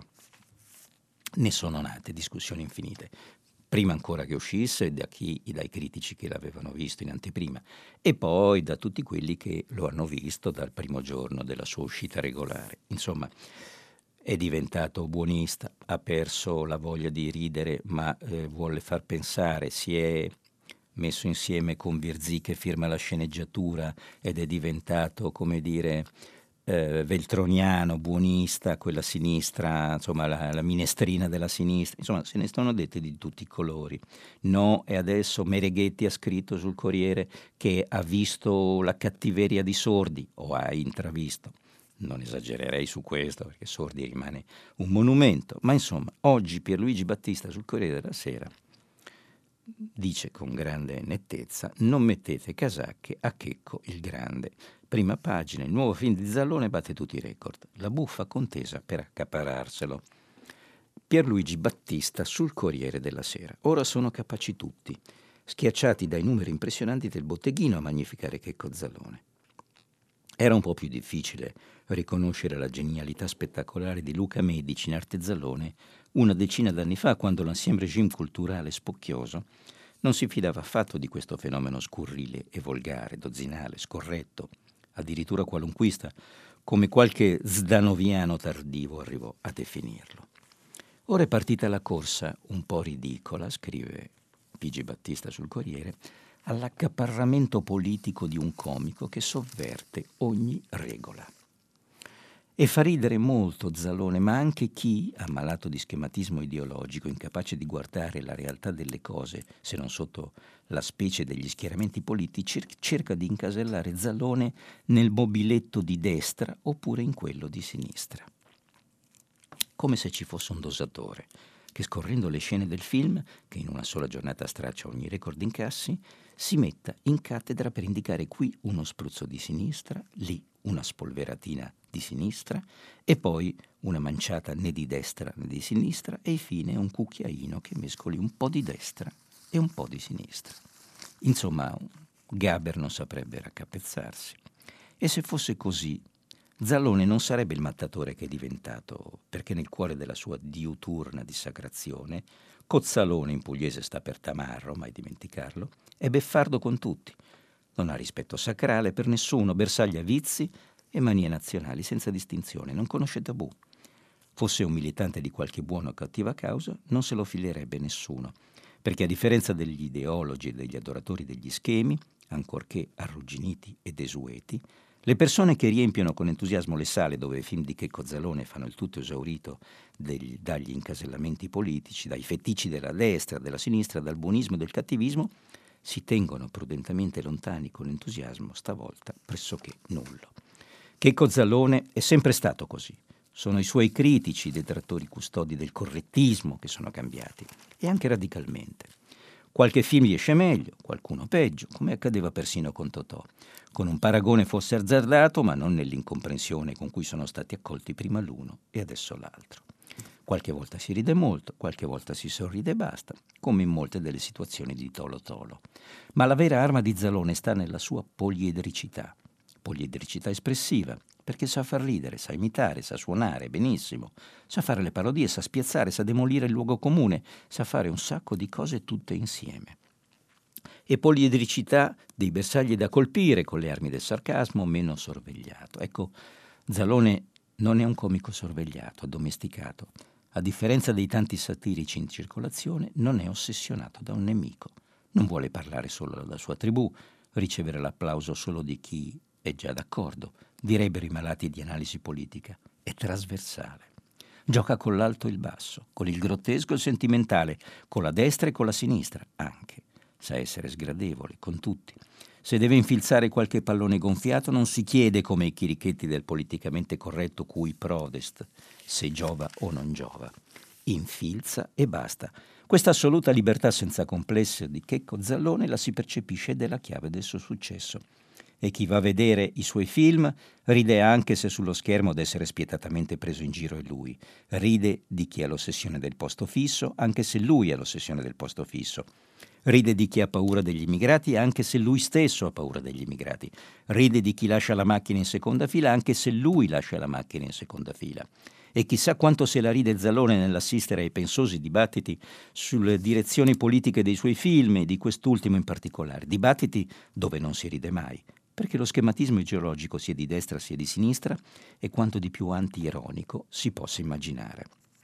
Ne sono nate discussioni infinite, prima ancora che uscisse, da chi, dai critici che l'avevano visto in anteprima, e poi da tutti quelli che lo hanno visto dal primo giorno della sua uscita regolare. Insomma, è diventato buonista, ha perso la voglia di ridere, ma eh, vuole far pensare, si è messo insieme con Virzì che firma la sceneggiatura ed è diventato, come dire, eh, veltroniano, buonista, quella sinistra, insomma la, la minestrina della sinistra, insomma se ne sono dette di tutti i colori. No, e adesso Mereghetti ha scritto sul Corriere che ha visto la cattiveria di Sordi, o ha intravisto. Non esagererei su questo perché Sordi rimane un monumento, ma insomma oggi Pierluigi Battista sul Corriere della Sera dice con grande nettezza: non mettete casacche a Checco il Grande. Prima pagina, il nuovo film di Zalone batte tutti i record, la buffa contesa per accapararselo. Pierluigi Battista sul Corriere della Sera. Ora sono capaci tutti, schiacciati dai numeri impressionanti del botteghino, a magnificare Checco Zalone. Era un po' più difficile riconoscere la genialità spettacolare di Luca Medici in arte Zalone una decina d'anni fa, quando l'ancien regime culturale spocchioso non si fidava affatto di questo fenomeno scurrile e volgare, dozzinale, scorretto, addirittura qualunquista, come qualche zdanoviano tardivo arrivò a definirlo. Ora è partita la corsa, un po' ridicola, scrive Pigi Battista sul Corriere, all'accaparramento politico di un comico che sovverte ogni regola. E fa ridere molto Zalone, ma anche chi, ammalato di schematismo ideologico, incapace di guardare la realtà delle cose, se non sotto la specie degli schieramenti politici, cerca di incasellare Zalone nel mobiletto di destra oppure in quello di sinistra. Come se ci fosse un dosatore che, scorrendo le scene del film, che in una sola giornata straccia ogni record incassi, si metta in cattedra per indicare qui uno spruzzo di sinistra, lì una spolveratina di sinistra e poi una manciata né di destra né di sinistra e infine un cucchiaino che mescoli un po' di destra e un po' di sinistra. Insomma, Gaber non saprebbe raccapezzarsi. E se fosse così, Zalone non sarebbe il mattatore che è diventato, perché nel cuore della sua diuturna dissacrazione, Cozzalone in pugliese sta per tamarro, mai dimenticarlo, è beffardo con tutti. Non ha rispetto sacrale per nessuno, bersaglia vizi e manie nazionali senza distinzione, non conosce tabù. Fosse un militante di qualche buona o cattiva causa, non se lo filerebbe nessuno, perché a differenza degli ideologi e degli adoratori degli schemi, ancorché arrugginiti e desueti, le persone che riempiono con entusiasmo le sale dove i film di Checco Zalone fanno il tutto esaurito degli, dagli incasellamenti politici, dai feticci della destra, della sinistra, dal buonismo e del cattivismo, si tengono prudentemente lontani con entusiasmo, stavolta pressoché nullo. Checco Zalone è sempre stato così. Sono i suoi critici, i detrattori custodi del correttismo che sono cambiati, e anche radicalmente. Qualche film gli esce meglio, qualcuno peggio, come accadeva persino con Totò, con un paragone forse azzardato, ma non nell'incomprensione con cui sono stati accolti prima l'uno e adesso l'altro. Qualche volta si ride molto, qualche volta si sorride e basta, come in molte delle situazioni di Tolo Tolo. Ma la vera arma di Zalone sta nella sua poliedricità, poliedricità espressiva, perché sa far ridere, sa imitare, sa suonare benissimo, sa fare le parodie, sa spiazzare, sa demolire il luogo comune, sa fare un sacco di cose tutte insieme. E poliedricità dei bersagli da colpire con le armi del sarcasmo meno sorvegliato. Ecco, Zalone non è un comico sorvegliato, addomesticato. A differenza dei tanti satirici in circolazione, non è ossessionato da un nemico. Non vuole parlare solo della sua tribù, ricevere l'applauso solo di chi è già d'accordo, direbbero i malati di analisi politica. È trasversale. Gioca con l'alto e il basso, con il grottesco e il sentimentale, con la destra e con la sinistra anche. Sa essere sgradevole con tutti. Se deve infilzare qualche pallone gonfiato non si chiede come i chirichetti del politicamente corretto cui prodest, se giova o non giova. Infilza e basta. Questa assoluta libertà senza complesso di Checco Zalone la si percepisce ed è la chiave del suo successo. E chi va a vedere i suoi film ride anche se sullo schermo ad essere spietatamente preso in giro è lui. Ride di chi ha l'ossessione del posto fisso anche se lui ha l'ossessione del posto fisso. Ride di chi ha paura degli immigrati anche se lui stesso ha paura degli immigrati. Ride di chi lascia la macchina in seconda fila anche se lui lascia la macchina in seconda fila. E chissà quanto se la ride Zalone nell'assistere ai pensosi dibattiti sulle direzioni politiche dei suoi film e di quest'ultimo in particolare. Dibattiti dove non si ride mai, perché lo schematismo ideologico sia di destra sia di sinistra è quanto di più anti-ironico si possa immaginare.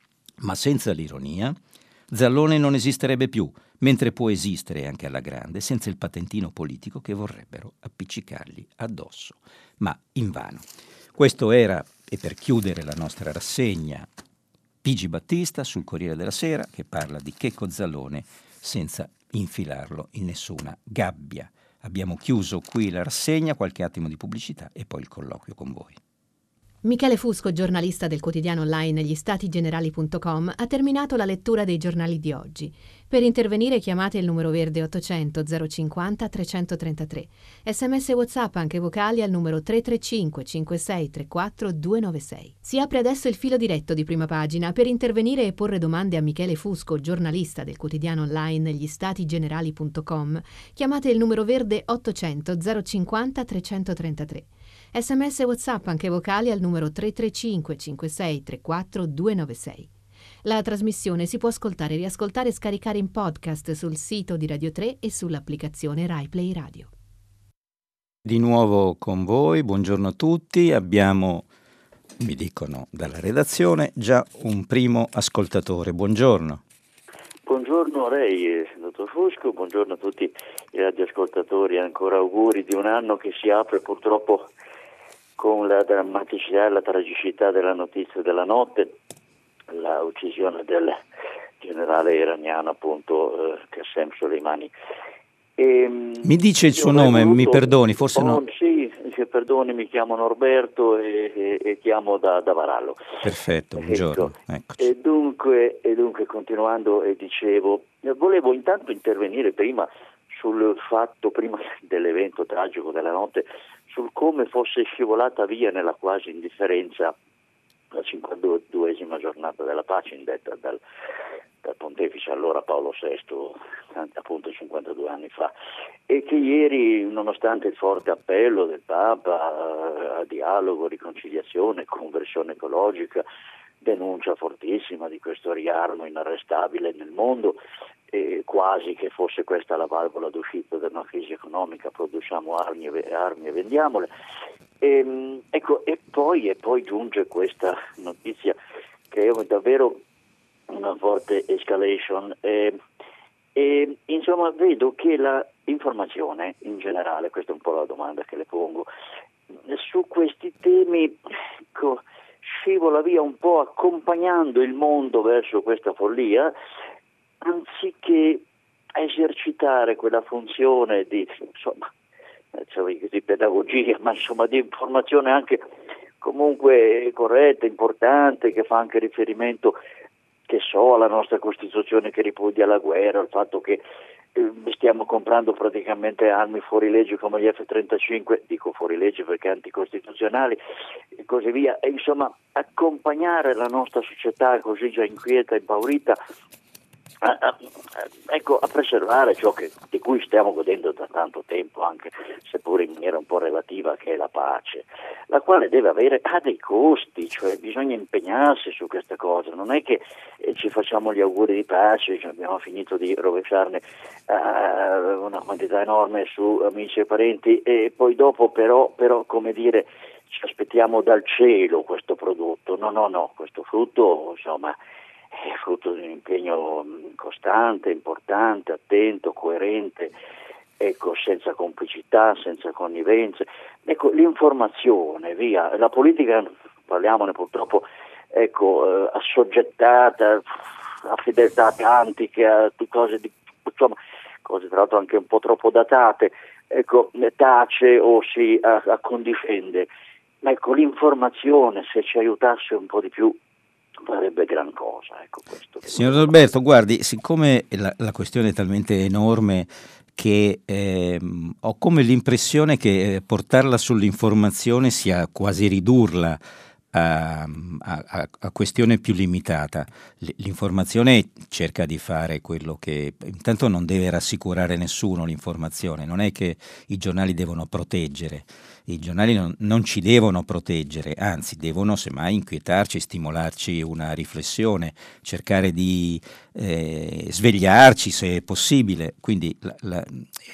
Ma senza l'ironia Zalone non esisterebbe più, mentre può esistere anche alla grande senza il patentino politico che vorrebbero appiccicargli addosso, ma invano. Questo era, e per chiudere la nostra rassegna, Pigi Battista sul Corriere della Sera che parla di Checco Zalone senza infilarlo in nessuna gabbia. Abbiamo chiuso qui la rassegna, qualche attimo di pubblicità e poi il colloquio con voi. Michele Fusco, giornalista del quotidiano online gli stati generali punto com, ha terminato la lettura dei giornali di oggi. Per intervenire chiamate il numero verde ottocento zero cinquanta trecentotrentatré. Sms WhatsApp anche vocali al numero tre tre cinque cinque sei tre quattro due nove sei. Si apre adesso il filo diretto di Prima Pagina. Per intervenire e porre domande a Michele Fusco, giornalista del quotidiano online gli stati generali punto com, chiamate il numero verde ottocento zero cinquanta trecentotrentatré. Sms WhatsApp anche vocali al numero tre tre cinque cinque sei tre quattro due nove sei. La trasmissione si può ascoltare, riascoltare e scaricare in podcast sul sito di Radio tre e sull'applicazione Rai Play Radio. Di nuovo con voi, buongiorno a tutti. Abbiamo Mi dicono dalla redazione già un primo ascoltatore. Buongiorno. Buongiorno a lei, dottor Fusco, buongiorno a tutti i radioascoltatori, ancora auguri di un anno che si apre purtroppo con la drammaticità e la tragicità della notizia della notte, la uccisione del generale iraniano appunto eh, Qasem Soleimani. E, mi dice il suo nome, voluto, mi perdoni, forse oh, no? Sì, perdoni, mi chiamo Norberto e, e, e chiamo da, da Varallo. Perfetto, buongiorno. Ecco. E, dunque, e dunque, continuando, e dicevo, volevo intanto intervenire prima sul fatto, prima dell'evento tragico della notte, sul come fosse scivolata via nella quasi indifferenza la cinquantaduesima giornata della pace indetta dal, dal pontefice allora Paolo sesto, appunto cinquantadue anni fa, e che ieri, nonostante il forte appello del Papa a dialogo, riconciliazione, conversione ecologica, denuncia fortissima di questo riarmo inarrestabile nel mondo, e quasi che fosse questa la valvola d'uscita da una crisi economica, produciamo armi e, armi e vendiamole. E, ecco, e poi, e poi giunge questa notizia che è davvero una forte escalation e, e insomma vedo che la informazione in generale, questa è un po' la domanda che le pongo, su questi temi ecco, scivola via un po' accompagnando il mondo verso questa follia, anziché esercitare quella funzione di insomma cioè, di pedagogia, ma insomma di informazione anche comunque corretta, importante, che fa anche riferimento, che so, alla nostra Costituzione che ripudia la guerra, al fatto che eh, stiamo comprando praticamente armi fuori legge come gli F trentacinque, dico fuori legge perché anticostituzionali e così via, e insomma accompagnare la nostra società così già inquieta, impaurita, A, a, ecco, a preservare ciò che, di cui stiamo godendo da tanto tempo, anche seppure in maniera un po' relativa, che è la pace, la quale deve avere ha dei costi, cioè bisogna impegnarsi su questa cosa, non è che eh, ci facciamo gli auguri di pace, cioè abbiamo finito di rovesciarne uh, una quantità enorme su amici e parenti e poi dopo però, però come dire, ci aspettiamo dal cielo questo prodotto, no no no, questo frutto insomma è frutto di un impegno costante, importante, attento, coerente, ecco, senza complicità, senza connivenze. Ecco, l'informazione, via, la politica, parliamone purtroppo, ecco, eh, assoggettata a fedeltà antiche, a cose di, insomma, cose tra l'altro anche un po' troppo datate, ecco, tace o si accondiscende. Ma ecco, l'informazione, se ci aiutasse un po' di più, farebbe gran cosa, ecco questo. Signor Norberto, guardi, siccome la, la questione è talmente enorme che eh, ho come l'impressione che portarla sull'informazione sia quasi ridurla a, a, a questione più limitata. L'informazione cerca di fare quello che intanto non deve rassicurare nessuno, l'informazione non è che i giornali devono proteggere. I giornali non, non ci devono proteggere, anzi devono semmai inquietarci, stimolarci una riflessione, cercare di eh, svegliarci se è possibile. Quindi la, la,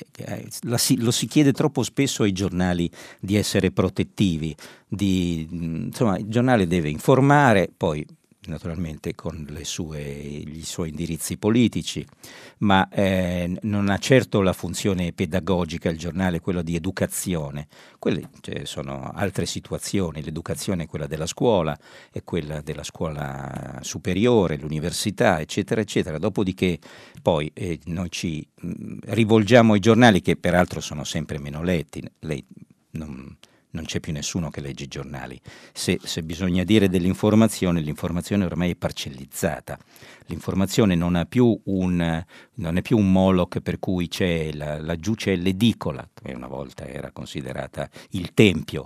la, si, lo si chiede troppo spesso ai giornali di essere protettivi, di, insomma il giornale deve informare, poi naturalmente con le sue, gli suoi indirizzi politici, ma eh, non ha certo la funzione pedagogica il giornale, quella di educazione. Quelle cioè, sono altre situazioni, l'educazione è quella della scuola, è quella della scuola superiore, l'università, eccetera, eccetera. Dopodiché poi eh, noi ci mh, rivolgiamo ai giornali che peraltro sono sempre meno letti. Lei non... non c'è più nessuno che legge i giornali. Se, se bisogna dire dell'informazione, l'informazione ormai è parcellizzata. L'informazione non ha più un, non è più un Moloch per cui c'è la, laggiù c'è l'edicola, che una volta era considerata il tempio.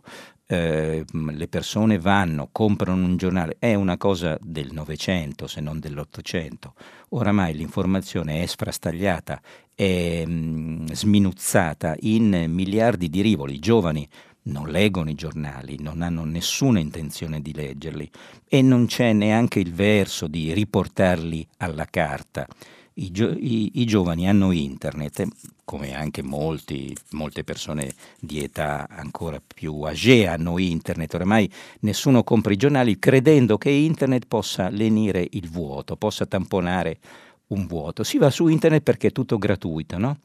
Eh, le persone vanno, comprano un giornale, è una cosa del Novecento se non dell'Ottocento. Oramai l'informazione è sfrastagliata, è mh, sminuzzata in miliardi di rivoli. I giovani non leggono i giornali, non hanno nessuna intenzione di leggerli e non c'è neanche il verso di riportarli alla carta. i, gio- i, i giovani hanno internet, come anche molti, molte persone di età ancora più âgée hanno internet, oramai nessuno compra i giornali credendo che internet possa lenire il vuoto, possa tamponare un vuoto. Si va su internet perché è tutto gratuito, no?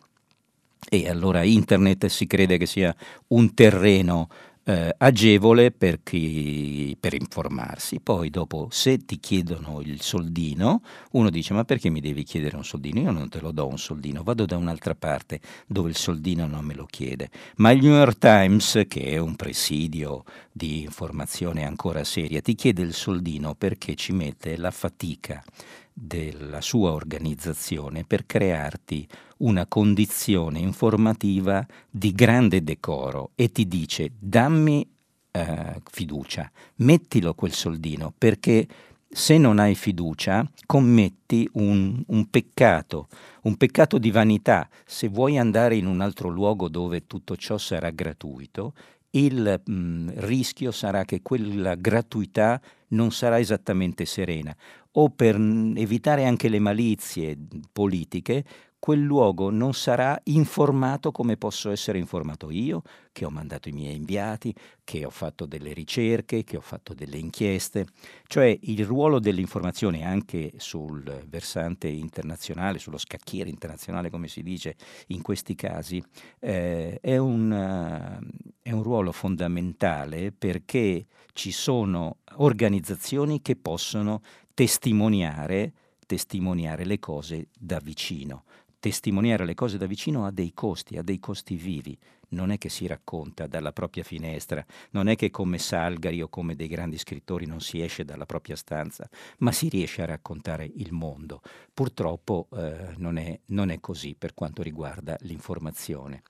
E allora internet si crede che sia un terreno eh, agevole per chi, per informarsi. Poi dopo, se ti chiedono il soldino, uno dice: ma perché mi devi chiedere un soldino? Io non te lo do un soldino, vado da un'altra parte dove il soldino non me lo chiede. Ma il New York Times, che è un presidio di informazione ancora seria, ti chiede il soldino perché ci mette la fatica della sua organizzazione per crearti una condizione informativa di grande decoro e ti dice: dammi eh, fiducia, mettilo quel soldino, perché se non hai fiducia commetti un, un peccato, un peccato di vanità. Se vuoi andare in un altro luogo dove tutto ciò sarà gratuito, il mh, rischio sarà che quella gratuità non sarà esattamente serena, o per evitare anche le malizie politiche, quel luogo non sarà informato come posso essere informato io, che ho mandato i miei inviati, che ho fatto delle ricerche, che ho fatto delle inchieste. Cioè il ruolo dell'informazione anche sul versante internazionale, sullo scacchiere internazionale come si dice in questi casi, eh, è, un, uh, è un ruolo fondamentale, perché ci sono organizzazioni che possono testimoniare, testimoniare le cose da vicino. Testimoniare le cose da vicino ha dei costi, ha dei costi vivi. Non è che si racconta dalla propria finestra, non è che come Salgari o come dei grandi scrittori non si esce dalla propria stanza, ma si riesce a raccontare il mondo. Purtroppo eh, non è, non è così per quanto riguarda l'informazione.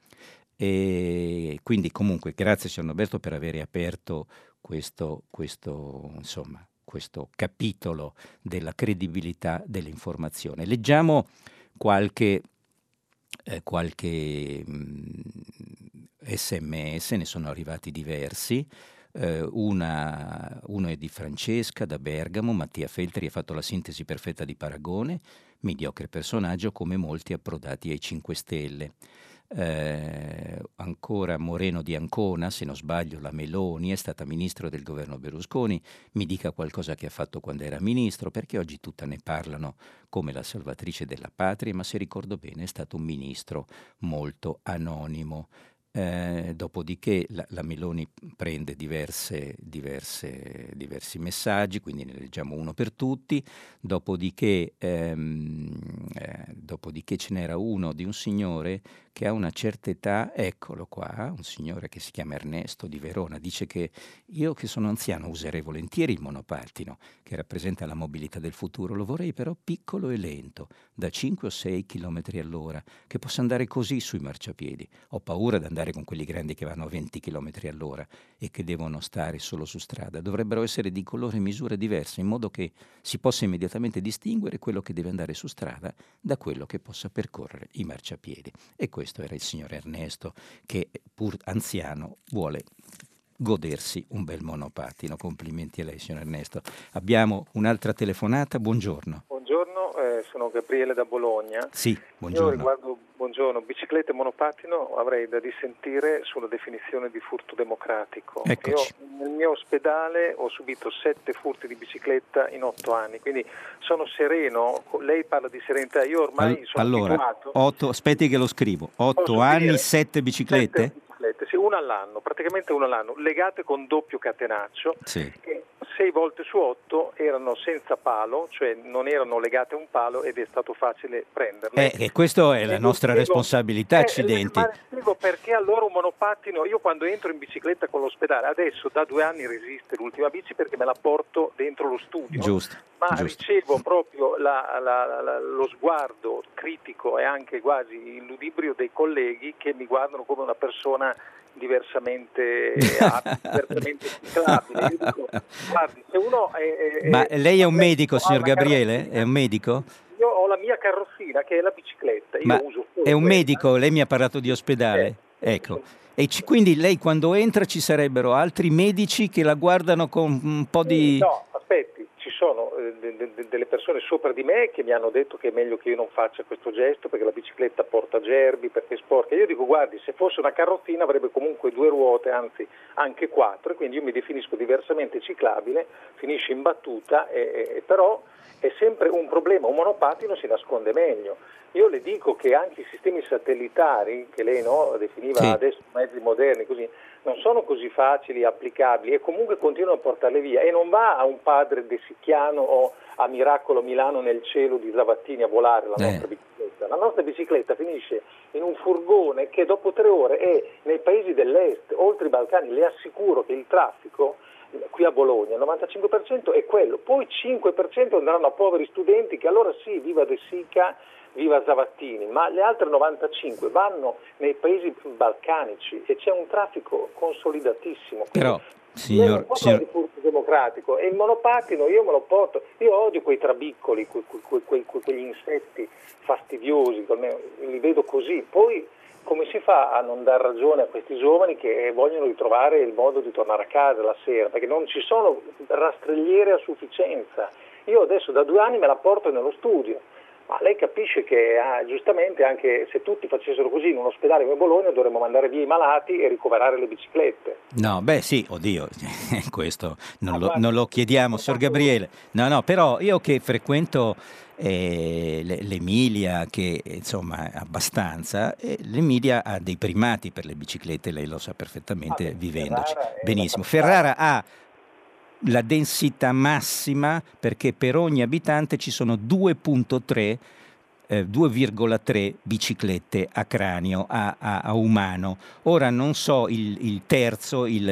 E quindi comunque grazie signor Norberto per aver aperto questo, questo, insomma, questo capitolo della credibilità dell'informazione. Leggiamo qualche, eh, qualche mh, sms, ne sono arrivati diversi. Eh, una, uno è di Francesca da Bergamo: Mattia Feltri ha fatto la sintesi perfetta di Paragone, mediocre personaggio come molti approdati ai cinque Stelle. Eh, ancora Moreno di Ancona: se non sbaglio la Meloni è stata ministro del governo Berlusconi, mi dica qualcosa che ha fatto quando era ministro, perché oggi tutta ne parlano come la salvatrice della patria, ma se ricordo bene è stato un ministro molto anonimo. Eh, dopodiché la, la Meloni prende diverse, diverse, diversi messaggi, quindi ne leggiamo uno per tutti. Dopodiché, ehm, eh, dopodiché ce n'era uno di un signore che ha una certa età, eccolo qua, un signore che si chiama Ernesto di Verona, dice che io che sono anziano userei volentieri il monopattino, che rappresenta la mobilità del futuro, lo vorrei però piccolo e lento, da cinque o sei chilometri all'ora, che possa andare così sui marciapiedi. Ho paura di andare con quelli grandi che vanno a venti chilometri all'ora e che devono stare solo su strada. Dovrebbero essere di colore e misure diverse, in modo che si possa immediatamente distinguere quello che deve andare su strada da quello che possa percorrere i marciapiedi. E questo era il signor Ernesto, che pur anziano vuole godersi un bel monopattino. Complimenti a lei, signor Ernesto. Abbiamo un'altra telefonata. Buongiorno. Buongiorno, eh, sono Gabriele da Bologna. Sì, buongiorno. Io riguardo, buongiorno, bicicletta e monopattino avrei da dissentire sulla definizione di furto democratico. Eccoci. Io nel mio ospedale ho subito sette furti di bicicletta in otto anni, quindi sono sereno. Lei parla di serenità, io ormai All- sono allora, abituato. Otto, aspetti che lo scrivo. Otto Posso anni, dire? sette biciclette? Sette biciclette, sì, una all'anno, praticamente una all'anno, legate con doppio catenaccio. Sì. Che sei volte su otto erano senza palo, cioè non erano legate a un palo ed è stato facile prenderle. Eh, e questo è la E nostra spiego- responsabilità, eh, accidenti. Ma spiego perché allora un monopattino, io quando entro in bicicletta con l'ospedale, adesso da due anni resiste l'ultima bici perché me la porto dentro lo studio. Giusto, Ma giusto. ricevo proprio la, la, la, lo sguardo critico e anche quasi il ludibrio dei colleghi che mi guardano come una persona diversamente diversamente ciclabile. Io dico, guardi, se uno è, è, Ma lei è un medico, signor ha la Gabriele? carrozzina, È un medico? Io ho la mia carrozzina che è la bicicletta, io Ma uso solo è un quella. medico? Lei mi ha parlato di ospedale? Eh, Ecco. sono- E ci- quindi lei quando entra ci sarebbero altri medici che la guardano con un po' Sì, di... no, aspetti, ci sono de, de, delle persone sopra di me che mi hanno detto che è meglio che io non faccia questo gesto perché la bicicletta porta gerbi, perché è sporca. Io dico, guardi, se fosse una carrozzina avrebbe comunque due ruote, anzi anche quattro, e quindi io mi definisco diversamente ciclabile, finisce in battuta, e, e, però è sempre un problema, un monopattino si nasconde meglio. Io le dico che anche i sistemi satellitari, che lei no, definiva sì. adesso mezzi moderni, così, non sono così facili, applicabili e comunque continuano a portarle via. E non va a un padre De Sicchiano o a Miracolo Milano nel cielo di Zavattini a volare la nostra eh. bicicletta. La nostra bicicletta finisce in un furgone che dopo tre ore è nei paesi dell'est, oltre i Balcani. Le assicuro che il traffico qui a Bologna, il novantacinque per cento è quello, poi cinque per cento andranno a poveri studenti che allora sì, viva De Sica, viva Zavattini, ma le altre novantacinque vanno nei paesi balcanici e c'è un traffico consolidatissimo. Però, signor, signor... di furto democratico, e il monopattino io me lo porto, io odio quei trabiccoli, que, que, que, que, quegli insetti fastidiosi, li vedo così, poi come si fa a non dar ragione a questi giovani che vogliono ritrovare il modo di tornare a casa la sera, perché non ci sono rastrelliere a sufficienza. Io adesso da due anni me la porto nello studio, ma lei capisce che ah, giustamente anche se tutti facessero così in un ospedale come Bologna dovremmo mandare via i malati e ricoverare le biciclette. No, beh sì, oddio, questo non lo, non lo chiediamo, signor Gabriele. No, no, però io che frequento eh, l'Emilia, che insomma abbastanza, eh, l'Emilia ha dei primati per le biciclette, lei lo sa perfettamente, ah, vivendoci. Benissimo. Ferrara ha la densità massima perché per ogni abitante ci sono due virgola tre eh, due virgola tre biciclette a cranio, a, a, a umano. Ora non so il, il terzo, il,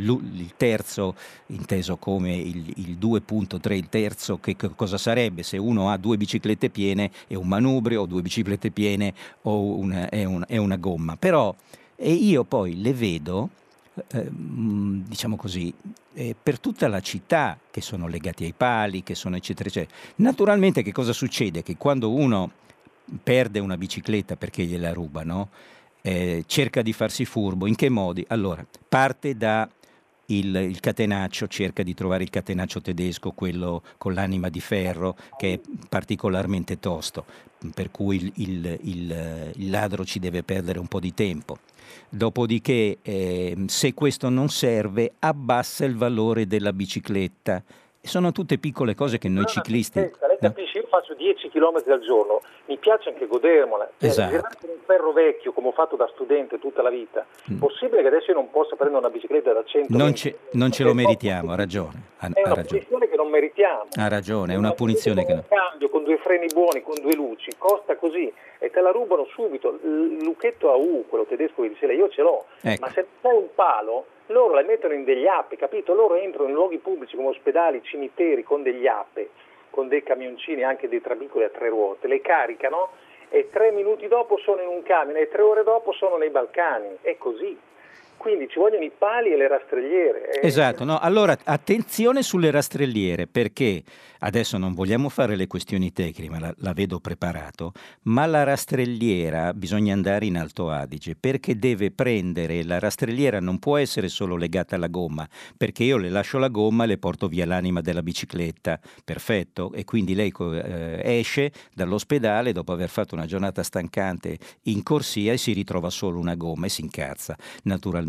il terzo inteso come il, il due virgola tre, il terzo che, che cosa sarebbe se uno ha due biciclette piene è un manubrio, o due biciclette piene o una, è, un, è una gomma. Però e io poi le vedo Eh, diciamo così, eh, per tutta la città, che sono legati ai pali, che sono eccetera eccetera. Naturalmente che cosa succede? Che quando uno perde una bicicletta perché gliela rubano, eh, cerca di farsi furbo. In che modi? Allora, parte da il, il catenaccio, cerca di trovare il catenaccio tedesco, quello con l'anima di ferro, che è particolarmente tosto, per cui il, il, il, il ladro ci deve perdere un po' di tempo. Dopodiché, eh, se questo non serve, abbassa il valore della bicicletta. Sono tutte piccole cose che noi ciclisti... Lei capisce, io faccio dieci chilometri al giorno, mi piace anche godermela. Esatto. Per un ferro vecchio, come ho fatto da studente tutta la vita, mm. possibile che adesso io non possa prendere una bicicletta da cento? Non ce, non ce lo meritiamo, ha ragione. Ha, è una ha punizione che non meritiamo. Ha ragione, è una punizione che... Un cambio con due freni buoni, con due luci, costa così e te la rubano subito. Il lucchetto A U, quello tedesco che dice lei, io ce l'ho, ecco. Ma se c'è un palo... loro la mettono in degli app, capito? Loro entrano in luoghi pubblici come ospedali, cimiteri con degli app, con dei camioncini, anche dei trabiccoli a tre ruote, le caricano e tre minuti dopo sono in un camion e tre ore dopo sono nei Balcani, è così. Quindi ci vogliono i pali e le rastrelliere. Esatto, no? Allora attenzione sulle rastrelliere, perché adesso non vogliamo fare le questioni tecniche, ma la, la vedo preparato, ma la rastrelliera bisogna andare in Alto Adige, perché deve prendere, la rastrelliera non può essere solo legata alla gomma, perché io le lascio la gomma e le porto via l'anima della bicicletta, perfetto, e quindi lei eh, esce dall'ospedale dopo aver fatto una giornata stancante in corsia e si ritrova solo una gomma e si incazza, naturalmente.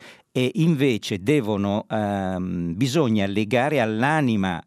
E invece devono, um, bisogna legare all'anima,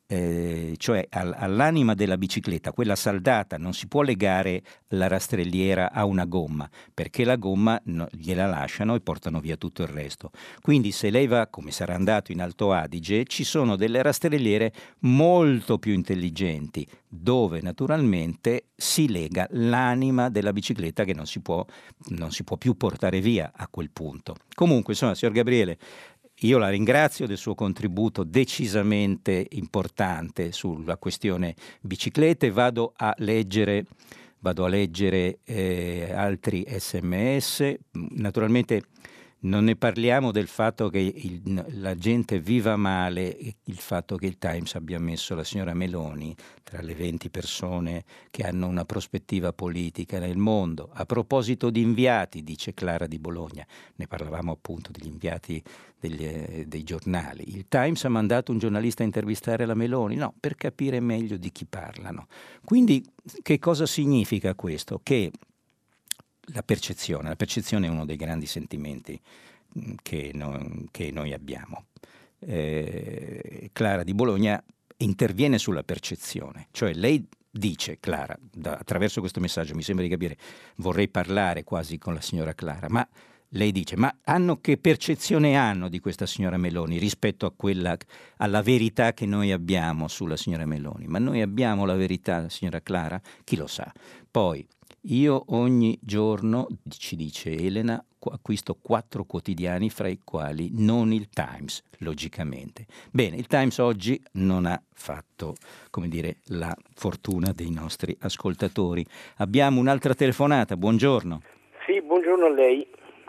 eh, cioè al, all'anima della bicicletta, quella saldata, non si può legare la rastrelliera a una gomma, perché la gomma no, gliela lasciano e portano via tutto il resto. Quindi se lei va, come sarà andato in Alto Adige, ci sono delle rastrelliere molto più intelligenti, dove naturalmente si lega l'anima della bicicletta che non si può, non si può più portare via a quel punto. Comunque, insomma, signor Gabriele, io la ringrazio del suo contributo decisamente importante sulla questione biciclette. Vado a leggere, vado a leggere eh, altri sms. Naturalmente Non ne parliamo del fatto che il, la gente viva male, il fatto che il Times abbia messo la signora Meloni tra le venti persone che hanno una prospettiva politica nel mondo. A proposito di inviati, dice Clara di Bologna, ne parlavamo appunto degli inviati degli, dei giornali. Il Times ha mandato un giornalista a intervistare la Meloni? No, per capire meglio di chi parlano. Quindi che cosa significa questo? Che la percezione, la percezione è uno dei grandi sentimenti che, no, che noi abbiamo. Eh, Clara di Bologna interviene sulla percezione, cioè lei dice, Clara, da, attraverso questo messaggio mi sembra di capire, vorrei parlare quasi con la signora Clara, ma lei dice, ma hanno, che percezione hanno di questa signora Meloni rispetto a quella, alla verità che noi abbiamo sulla signora Meloni? Ma noi abbiamo la verità, signora Clara? Chi lo sa? Poi, io ogni giorno, ci dice Elena, acquisto quattro quotidiani, fra i quali non il Times, logicamente. Bene, il Times oggi non ha fatto, come dire, la fortuna dei nostri ascoltatori. Abbiamo un'altra telefonata, buongiorno. Sì, buongiorno a lei.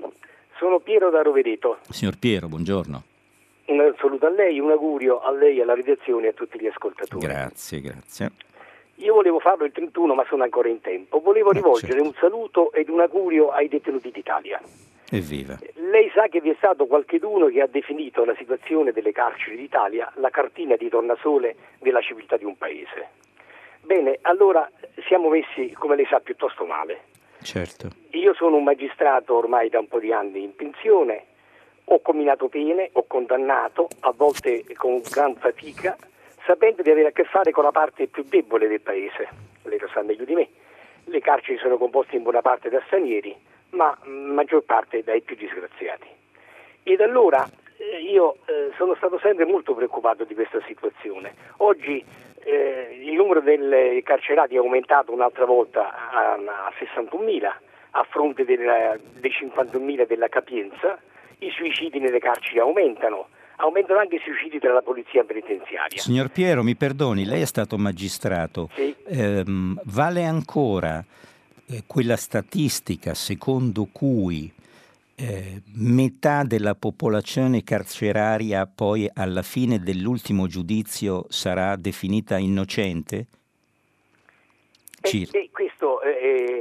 Sono Piero da Rovereto. Signor Piero, buongiorno. Un saluto a lei, un augurio a lei, alla redazione e a tutti gli ascoltatori. Grazie, grazie. Io volevo farlo il trentuno, ma sono ancora in tempo. Volevo rivolgere certo. un saluto ed un augurio ai detenuti d'Italia. Evviva. Lei sa che vi è stato qualcheduno che ha definito la situazione delle carceri d'Italia la cartina di tornasole della civiltà di un paese. Bene, allora siamo messi, come lei sa, piuttosto male. Certo. Io sono un magistrato ormai da un po' di anni in pensione, ho comminato pene, ho condannato, a volte con gran fatica, sapendo di avere a che fare con la parte più debole del paese. Lei lo sa meglio di me. Le carceri sono composte in buona parte da stranieri, ma in maggior parte dai più disgraziati. Ed allora eh, io eh, sono stato sempre molto preoccupato di questa situazione. Oggi eh, il numero dei carcerati è aumentato un'altra volta a, a sessantunomila, a fronte del, dei cinquantunomila della capienza. I suicidi nelle carceri aumentano. Aumentano anche i suicidi tra la polizia penitenziaria. Signor Piero, mi perdoni, lei è stato magistrato. Sì. Ehm, vale ancora eh, quella statistica secondo cui eh, metà della popolazione carceraria poi alla fine dell'ultimo giudizio sarà definita innocente? E, e questo è,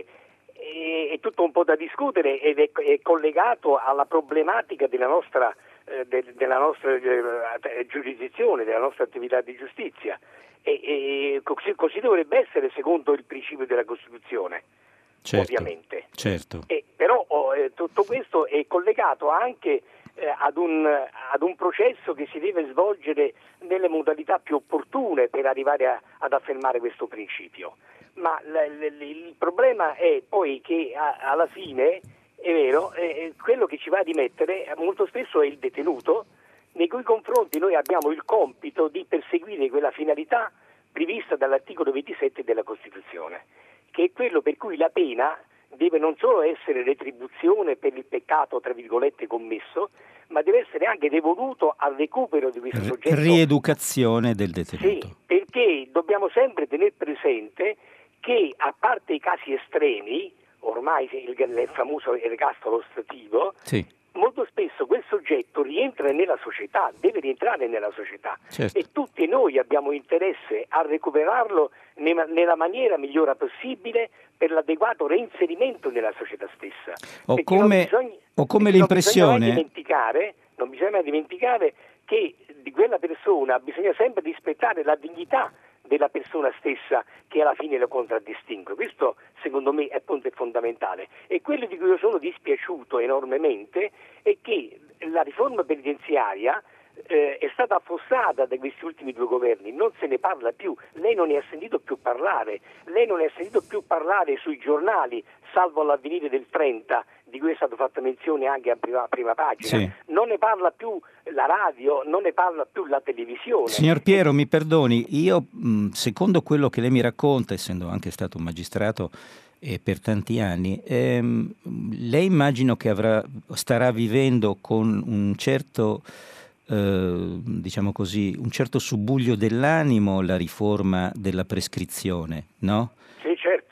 è, è tutto un po' da discutere ed è, è collegato alla problematica della nostra De, della nostra eh, giurisdizione, della nostra attività di giustizia e, e così, così dovrebbe essere secondo il principio della Costituzione, certo, ovviamente. Certo. E, però oh, eh, tutto questo è collegato anche eh, ad, un, ad un processo che si deve svolgere nelle modalità più opportune per arrivare a, ad affermare questo principio. Ma l, l, il problema è poi che a, alla fine è vero, eh, quello che ci va a dimettere molto spesso è il detenuto, nei cui confronti noi abbiamo il compito di perseguire quella finalità prevista dall'articolo ventisette della Costituzione, che è quello per cui la pena deve non solo essere retribuzione per il peccato, tra virgolette, commesso, ma deve essere anche devoluto al recupero di questo soggetto. Rieducazione del detenuto. Sì, perché dobbiamo sempre tenere presente che, a parte i casi estremi, ormai il, il famoso ergastolo ostativo, sì, molto spesso quel soggetto rientra nella società, deve rientrare nella società, certo, e tutti noi abbiamo interesse a recuperarlo nella, nella maniera migliore possibile per l'adeguato reinserimento nella società stessa. Ho come, bisogna, ho come l'impressione... Non bisogna mai dimenticare, non bisogna mai dimenticare che di quella persona bisogna sempre rispettare la dignità della persona stessa che alla fine lo contraddistingue. Questo secondo me è punto fondamentale, e quello di cui io sono dispiaciuto enormemente è che la riforma penitenziaria eh, è stata affossata da questi ultimi due governi, non se ne parla più, lei non ne ha sentito più parlare, lei non ne ha sentito più parlare sui giornali, salvo l'Avvenire del trenta, di cui è stata fatta menzione anche a prima, prima pagina, sì, non ne parla più la radio, non ne parla più la televisione. Signor Piero, mi perdoni, io mh, secondo quello che lei mi racconta, essendo anche stato un magistrato eh, per tanti anni, ehm, lei immagino che avrà, starà vivendo con un certo, eh, diciamo così, un certo subbuglio dell'animo la riforma della prescrizione, no? Sì, certo.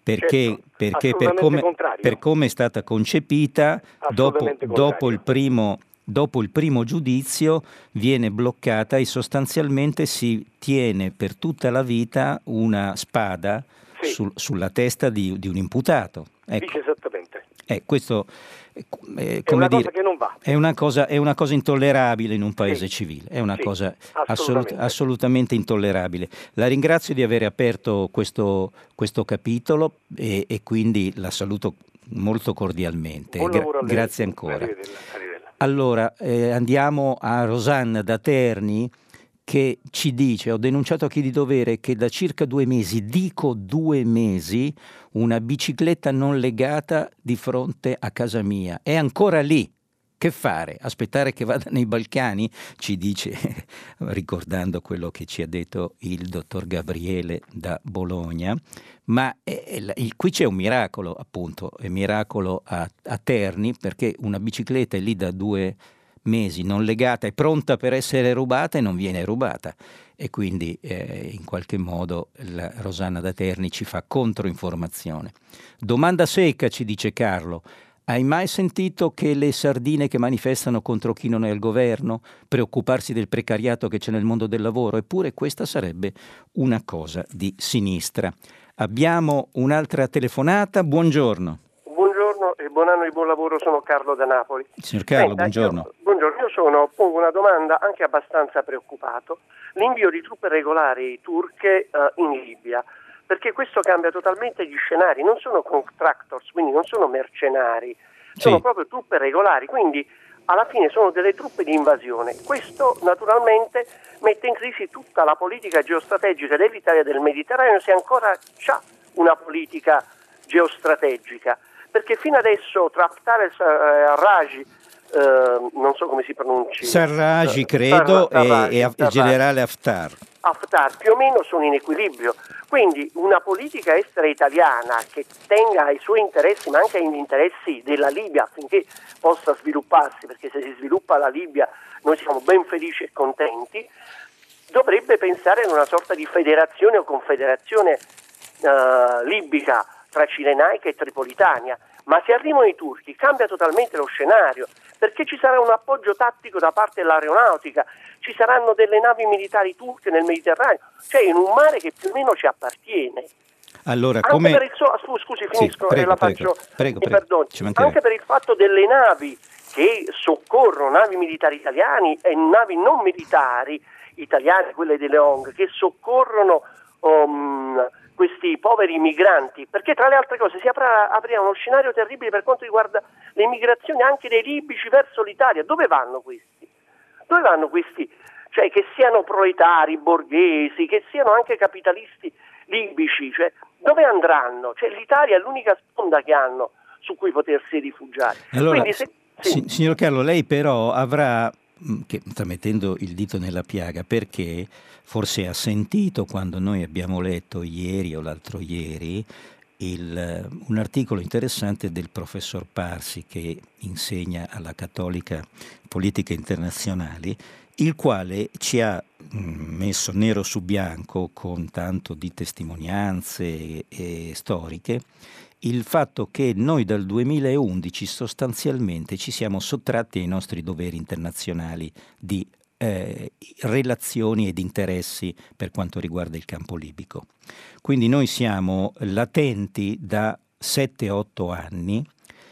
perché, certo, perché per, come, per come è stata concepita, dopo, dopo, il primo, dopo il primo giudizio viene bloccata e sostanzialmente si tiene per tutta la vita una spada sì. sul, sulla testa di, di un imputato. Ecco. Dice esattamente. Eh, questo eh, è come una dire, cosa che non va. È una cosa, è una cosa intollerabile in un paese sì. civile, è una sì, cosa assolutamente. Assolut- assolutamente intollerabile. La ringrazio di aver aperto questo, questo capitolo e, e quindi la saluto molto cordialmente. Gra- grazie ancora. Arrivedella, arrivedella. Allora, eh, andiamo a Rosanna da Terni, che ci dice: ho denunciato a Chi di Dovere che da circa due mesi, dico due mesi, una bicicletta non legata di fronte a casa mia è ancora lì. Che fare? Aspettare che vada nei Balcani? Ci dice, ricordando quello che ci ha detto il dottor Gabriele da Bologna. Ma eh, eh, qui c'è un miracolo, appunto, è miracolo a, a Terni, perché una bicicletta è lì da due mesi non legata, è pronta per essere rubata e non viene rubata, e quindi eh, in qualche modo la Rosanna da Terni ci fa controinformazione. Domanda secca, ci dice Carlo: hai mai sentito che le sardine che manifestano contro chi non è al governo preoccuparsi del precariato che c'è nel mondo del lavoro? Eppure questa sarebbe una cosa di sinistra. Abbiamo un'altra telefonata. Buongiorno. Buongiorno e buon anno e buon lavoro, sono Carlo da Napoli. Signor Carlo, Senta, buongiorno. Io, buongiorno, io sono, pongo una domanda anche abbastanza preoccupato. L'invio di truppe regolari turche uh, in Libia, perché questo cambia totalmente gli scenari, non sono contractors, quindi non sono mercenari, sono sì. proprio truppe regolari, quindi alla fine sono delle truppe di invasione. Questo naturalmente mette in crisi tutta la politica geostrategica dell'Italia del Mediterraneo, se ancora c'ha una politica geostrategica. Perché fino adesso tra Haftar e Sarraj, eh, non so come si pronunci, Sarraj credo Sarraj, e, e il generale Haftar. Haftar più o meno sono in equilibrio, quindi una politica estera italiana che tenga ai suoi interessi ma anche agli interessi della Libia affinché possa svilupparsi, perché se si sviluppa la Libia noi siamo ben felici e contenti, dovrebbe pensare in una sorta di federazione o confederazione eh, libica tra Cirenaica e Tripolitania. Ma se arrivano i turchi cambia totalmente lo scenario, perché ci sarà un appoggio tattico da parte dell'aeronautica, ci saranno delle navi militari turche nel Mediterraneo, cioè in un mare che più o meno ci appartiene. Allora, anche come... per il so... Scusi, finisco sì, prego, e la prego, faccio. prego, Mi prego, perdoni. Anche per il fatto delle navi che soccorrono, navi militari italiani e navi non militari italiane, quelle delle O N G, che soccorrono um, questi poveri migranti, perché tra le altre cose si aprirà, aprirà uno scenario terribile per quanto riguarda le migrazioni anche dei libici verso l'Italia. Dove vanno questi? Dove vanno questi? Cioè, che siano proletari, borghesi, che siano anche capitalisti libici, cioè dove andranno? Cioè, l'Italia è l'unica sponda che hanno su cui potersi rifugiare. Allora, Quindi se, sì. signor Carlo, lei però avrà, che sta mettendo il dito nella piaga, perché forse ha sentito quando noi abbiamo letto ieri o l'altro ieri il, un articolo interessante del professor Parsi, che insegna alla Cattolica Politiche Internazionali, il quale ci ha messo nero su bianco, con tanto di testimonianze e, e storiche, il fatto che noi dal duemilaundici sostanzialmente ci siamo sottratti ai nostri doveri internazionali di eh, relazioni ed interessi per quanto riguarda il campo libico. Quindi noi siamo latenti da sette otto anni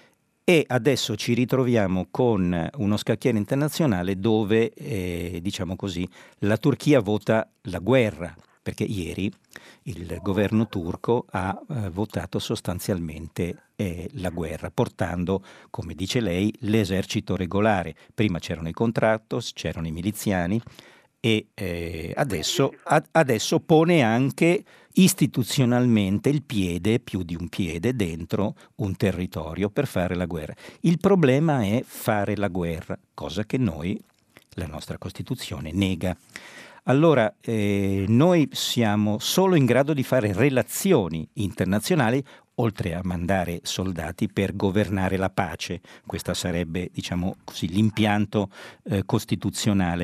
e adesso ci ritroviamo con uno scacchiere internazionale dove, eh, diciamo così, la Turchia vota la guerra, perché ieri il governo turco ha eh, votato sostanzialmente eh, la guerra, portando, come dice lei, l'esercito regolare. Prima c'erano i contrattos, c'erano i miliziani e eh, adesso, ad, adesso pone anche istituzionalmente il piede, più di un piede, dentro un territorio per fare la guerra. Il problema è fare la guerra, cosa che noi, la nostra Costituzione, nega. Allora, eh, noi siamo solo in grado di fare relazioni internazionali, oltre a mandare soldati per governare la pace. Questo sarebbe, diciamo così, l'impianto eh, costituzionale.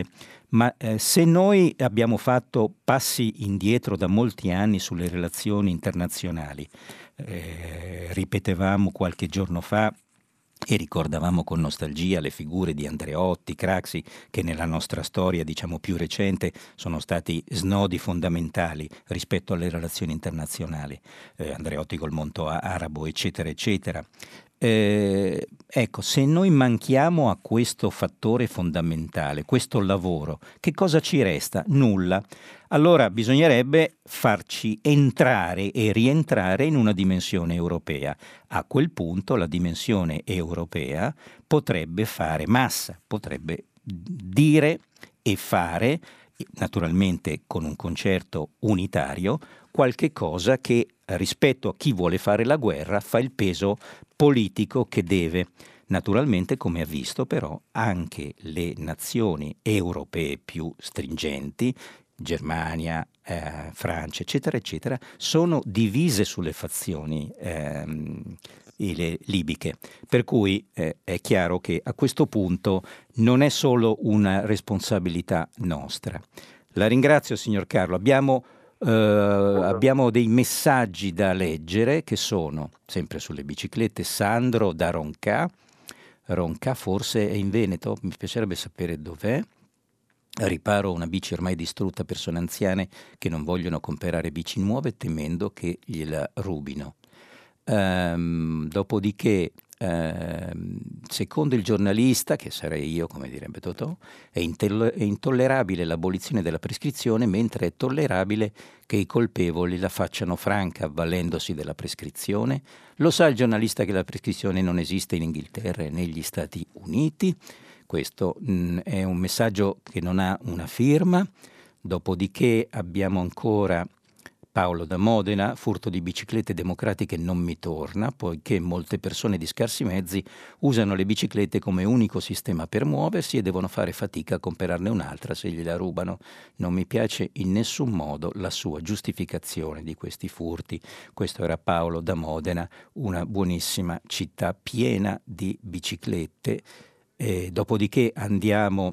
ma eh, se noi abbiamo fatto passi indietro da molti anni sulle relazioni internazionali, eh, ripetevamo qualche giorno fa e ricordavamo con nostalgia le figure di Andreotti, Craxi, che nella nostra storia, diciamo, più recente sono stati snodi fondamentali rispetto alle relazioni internazionali, eh, Andreotti col mondo arabo, eccetera, eccetera. Eh, ecco, se noi manchiamo a questo fattore fondamentale, questo lavoro, che cosa ci resta? Nulla. Allora bisognerebbe farci entrare e rientrare in una dimensione europea. A quel punto la dimensione europea potrebbe fare massa, potrebbe dire e fare, naturalmente con un concerto unitario, qualche cosa che rispetto a chi vuole fare la guerra fa il peso politico che deve. Naturalmente, come ha visto però, anche le nazioni europee più stringenti, Germania, eh, Francia, eccetera, eccetera, sono divise sulle fazioni ehm, le libiche. Per cui eh, è chiaro che a questo punto non è solo una responsabilità nostra. La ringrazio, signor Carlo. Abbiamo Uh, abbiamo dei messaggi da leggere che sono sempre sulle biciclette. Sandro da Ronca. Ronca forse è in Veneto, mi piacerebbe sapere dov'è. Riparo una bici ormai distrutta, persone anziane che non vogliono comprare bici nuove temendo che gliela rubino. Um, dopodiché Uh, secondo il giornalista, che sarei io, come direbbe Totò, è, intel- è intollerabile l'abolizione della prescrizione, mentre è tollerabile che i colpevoli la facciano franca avvalendosi della prescrizione. Lo sa il giornalista che la prescrizione non esiste in Inghilterra e negli Stati Uniti? Questo mh, è un messaggio che non ha una firma. Dopodiché abbiamo ancora Paolo da Modena: furto di biciclette democratiche non mi torna, poiché molte persone di scarsi mezzi usano le biciclette come unico sistema per muoversi e devono fare fatica a comprarne un'altra se gliela rubano. Non mi piace in nessun modo la sua giustificazione di questi furti. Questo era Paolo da Modena, una buonissima città piena di biciclette. E dopodiché andiamo,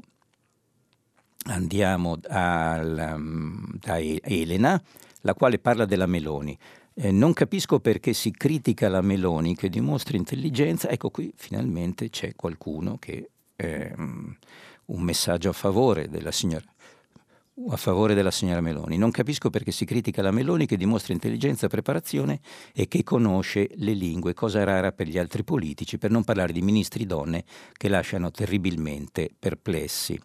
andiamo al, um, da Elena, la quale parla della Meloni. Eh, non capisco perché si critica la Meloni che dimostra intelligenza. Ecco, qui finalmente c'è qualcuno che eh, un messaggio a favore della signora a favore della signora Meloni. Non capisco perché si critica la Meloni che dimostra intelligenza, preparazione e che conosce le lingue, cosa rara per gli altri politici, per non parlare di ministri donne che lasciano terribilmente perplessi.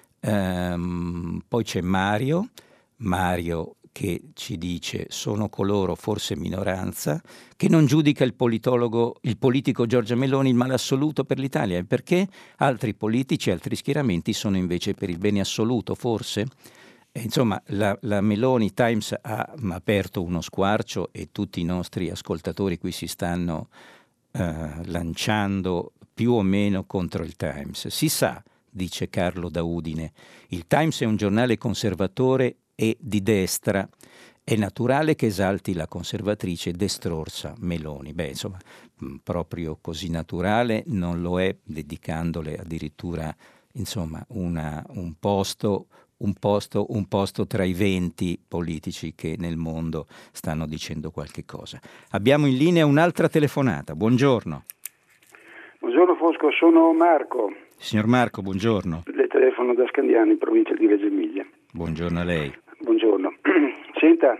Um, poi c'è Mario Mario che ci dice: sono coloro, forse minoranza, che non giudica il politologo, il politico Giorgia Meloni il male assoluto per l'Italia, e perché altri politici, altri schieramenti sono invece per il bene assoluto, forse? E insomma, la, la Meloni Times ha aperto uno squarcio e tutti i nostri ascoltatori qui si stanno eh, lanciando più o meno contro il Times. Si sa, dice Carlo da Udine, il Times è un giornale conservatore e di destra, è naturale che esalti la conservatrice destrorsa Meloni. Beh, insomma, mh, proprio così naturale non lo è, dedicandole addirittura, insomma, una, un posto, un posto, un posto tra i venti politici che nel mondo stanno dicendo qualche cosa. Abbiamo in linea un'altra telefonata. Buongiorno. Buongiorno Fosco, sono Marco. Signor Marco, buongiorno. Le telefono da Scandiano, in provincia di Reggio Emilia. Buongiorno a lei. Buongiorno. Senta,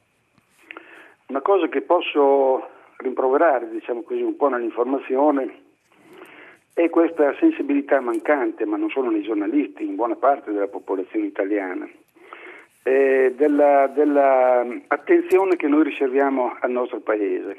una cosa che posso rimproverare, diciamo così, un po' nell'informazione è questa sensibilità mancante, ma non solo nei giornalisti, in buona parte della popolazione italiana, eh, della, della attenzione che noi riserviamo al nostro paese.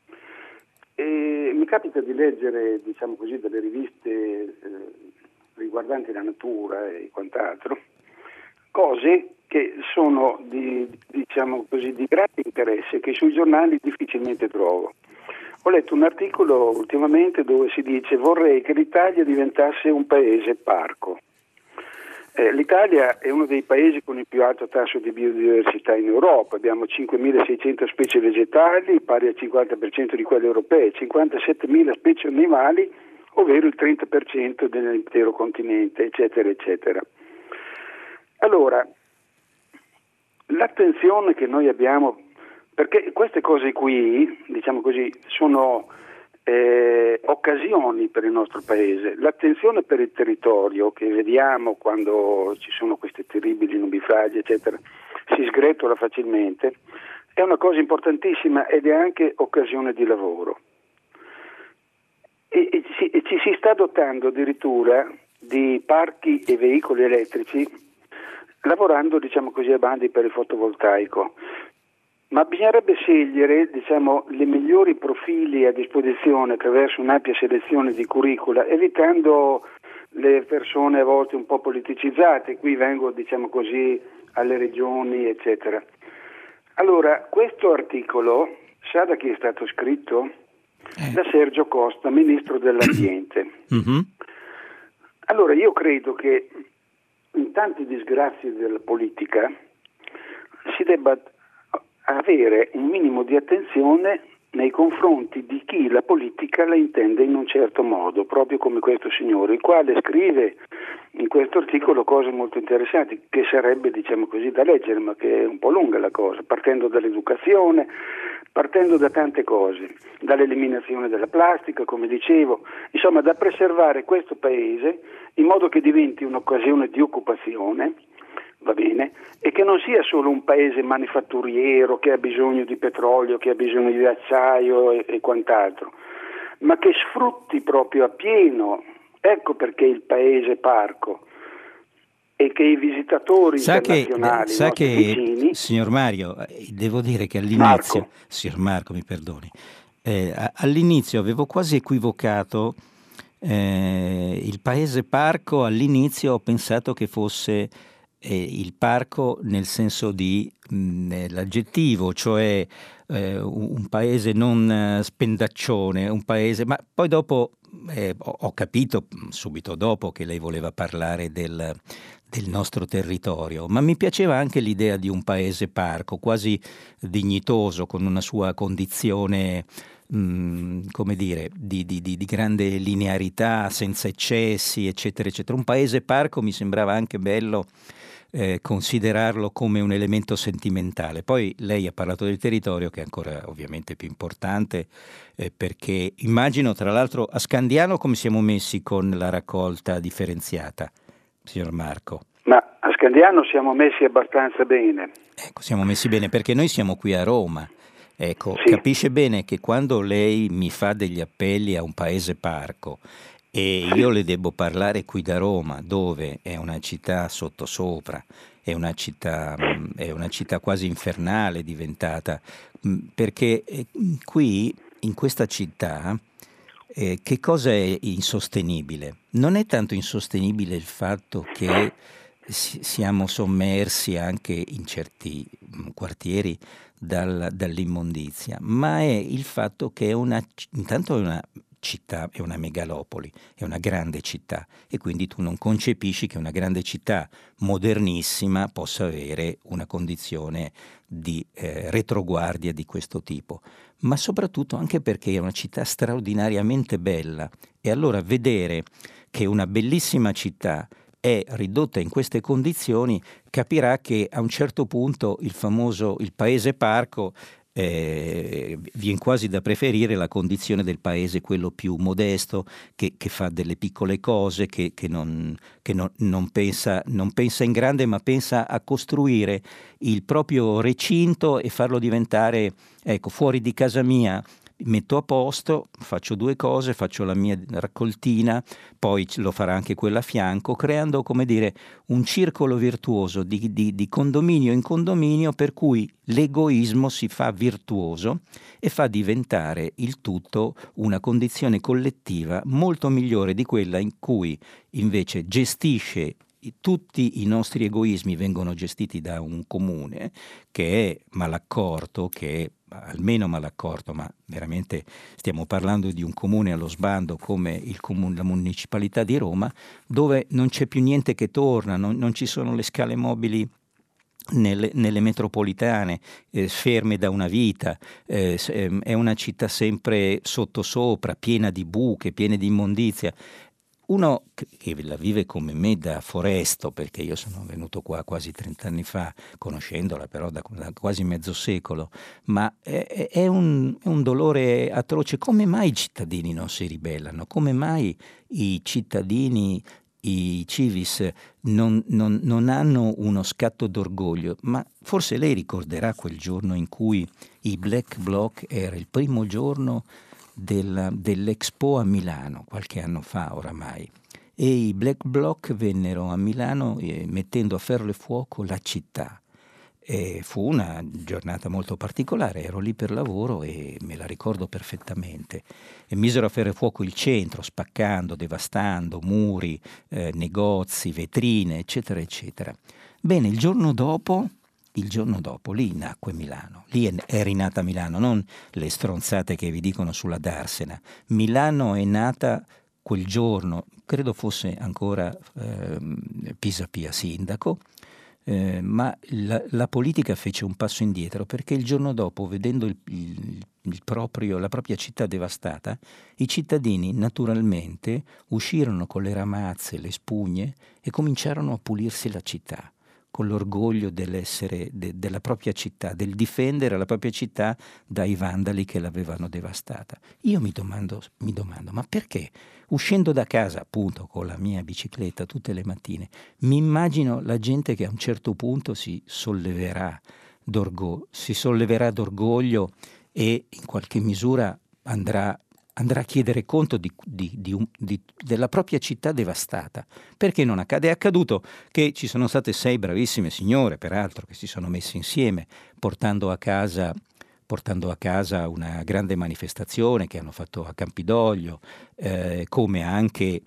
E mi capita di leggere, diciamo così, delle riviste eh, riguardanti la natura e quant'altro, cose che sono di, diciamo così, di grande interesse, che sui giornali difficilmente trovo. Ho letto un articolo ultimamente dove si dice: vorrei che l'Italia diventasse un paese parco. Eh, L'Italia è uno dei paesi con il più alto tasso di biodiversità in Europa, abbiamo cinquemilaseicento specie vegetali, pari al cinquanta per cento di quelle europee, cinquantasettemila specie animali, ovvero il trenta per cento dell'intero continente, eccetera, eccetera. Allora, l'attenzione che noi abbiamo, perché queste cose qui, diciamo così, sono eh, occasioni per il nostro paese. L'attenzione per il territorio che vediamo quando ci sono queste terribili nubifragi, eccetera, si sgretola facilmente, è una cosa importantissima ed è anche occasione di lavoro. E, e, ci, e ci si sta dotando addirittura di parchi e veicoli elettrici, lavorando, diciamo così, a bandi per il fotovoltaico. Ma bisognerebbe scegliere, diciamo, le migliori profili a disposizione attraverso un'ampia selezione di curricula, evitando le persone a volte un po' politicizzate. Qui vengo, diciamo così, alle regioni, eccetera. Allora, questo articolo, sa da chi è stato scritto? Eh. Da Sergio Costa, ministro dell'Ambiente. Mm-hmm. Allora, io credo che in tante disgrazie della politica si debba avere un minimo di attenzione nei confronti di chi la politica la intende in un certo modo, proprio come questo signore, il quale scrive in questo articolo cose molto interessanti, che sarebbe, diciamo così, da leggere, ma che è un po' lunga la cosa, partendo dall'educazione, partendo da tante cose, dall'eliminazione della plastica, come dicevo, insomma, da preservare questo paese in modo che diventi un'occasione di occupazione, va bene, e che non sia solo un paese manifatturiero che ha bisogno di petrolio, che ha bisogno di acciaio e, e quant'altro, ma che sfrutti proprio a pieno. Ecco perché il paese parco, e che i visitatori sa internazionali, che, sa che vicini, signor Mario, devo dire che all'inizio, Marco. signor Marco, mi perdoni, eh, all'inizio avevo quasi equivocato eh, il paese parco. All'inizio ho pensato che fosse eh, il parco nel senso di mh, l'aggettivo, cioè eh, un, un paese non eh, spendaccione, un paese, ma poi dopo eh, ho, ho capito subito dopo che lei voleva parlare del, del nostro territorio, ma mi piaceva anche l'idea di un paese parco, quasi dignitoso, con una sua condizione, mh, come dire, di, di, di, di grande linearità, senza eccessi, eccetera, eccetera. Un paese parco mi sembrava anche bello eh, considerarlo come un elemento sentimentale. Poi lei ha parlato del territorio, che è ancora ovviamente più importante, eh, perché immagino, tra l'altro, a Scandiano come siamo messi con la raccolta differenziata, signor Marco? Ma a Scandiano siamo messi abbastanza bene. Ecco, siamo messi bene perché noi siamo qui a Roma. Ecco, sì. Capisce bene che quando lei mi fa degli appelli a un paese parco e io le devo parlare qui da Roma, dove è una città sottosopra, è una città, è una città quasi infernale diventata, perché qui, in questa città, eh, che cosa è insostenibile? Non è tanto insostenibile il fatto che siamo sommersi anche in certi quartieri dal, dall'immondizia, ma è il fatto che è una, intanto è una città, è una megalopoli, è una grande città, e quindi tu non concepisci che una grande città modernissima possa avere una condizione di eh, retroguardia di questo tipo, ma soprattutto anche perché è una città straordinariamente bella, e allora vedere che una bellissima città è ridotta in queste condizioni, capirà che a un certo punto il famoso, il paese parco, eh, viene quasi da preferire la condizione del paese, quello più modesto, che, che fa delle piccole cose, che, che, non, che non, non, pensa, non pensa in grande, ma pensa a costruire il proprio recinto e farlo diventare, ecco, fuori di casa mia metto a posto, faccio due cose, faccio la mia raccoltina, poi lo farà anche quella a fianco, creando, come dire, un circolo virtuoso di, di, di condominio in condominio, per cui l'egoismo si fa virtuoso e fa diventare il tutto una condizione collettiva molto migliore di quella in cui invece gestisce. Tutti i nostri egoismi vengono gestiti da un comune che è malaccorto, che è almeno malaccorto, ma veramente stiamo parlando di un comune allo sbando come il comune, la municipalità di Roma, dove non c'è più niente che torna, non, non ci sono le scale mobili nelle, nelle metropolitane, eh, ferme da una vita, eh, è una città sempre sottosopra, piena di buche, piena di immondizia. uno che la vive come me da foresto, perché io sono venuto qua quasi trent'anni fa, conoscendola però da, da quasi mezzo secolo, ma è, è, un, è un dolore atroce. Come mai i cittadini non si ribellano? Come mai i cittadini, i civis, non, non, non hanno uno scatto d'orgoglio? Ma forse lei ricorderà quel giorno in cui i Black Bloc era il primo giorno del, dell'Expo a Milano, qualche anno fa oramai, e i Black Bloc vennero a Milano eh, mettendo a ferro e fuoco la città. E fu una giornata molto particolare, ero lì per lavoro e me la ricordo perfettamente. E misero a ferro e fuoco il centro, spaccando, devastando muri, eh, negozi, vetrine, eccetera, eccetera. Bene, il giorno dopo, il giorno dopo, lì nacque Milano. Lì è, è rinata Milano, non le stronzate che vi dicono sulla Darsena. Milano è nata quel giorno, credo fosse ancora eh, Pisapia sindaco, Eh, ma la, la politica fece un passo indietro, perché il giorno dopo, vedendo il, il, il proprio, la propria città devastata, i cittadini naturalmente uscirono con le ramazze, le spugne e cominciarono a pulirsi la città, con l'orgoglio dell'essere de, della propria città, del difendere la propria città dai vandali che l'avevano devastata. Io mi domando, mi domando, ma perché? Uscendo da casa, appunto, con la mia bicicletta tutte le mattine, mi immagino la gente che a un certo punto si solleverà d'orgoglio, si solleverà d'orgoglio e in qualche misura andrà, andrà a chiedere conto di, di, di un, di, della propria città devastata. Perché non accade? È accaduto che ci sono state sei bravissime signore, peraltro, che si sono messe insieme portando a casa... portando a casa una grande manifestazione che hanno fatto a Campidoglio, eh, come anche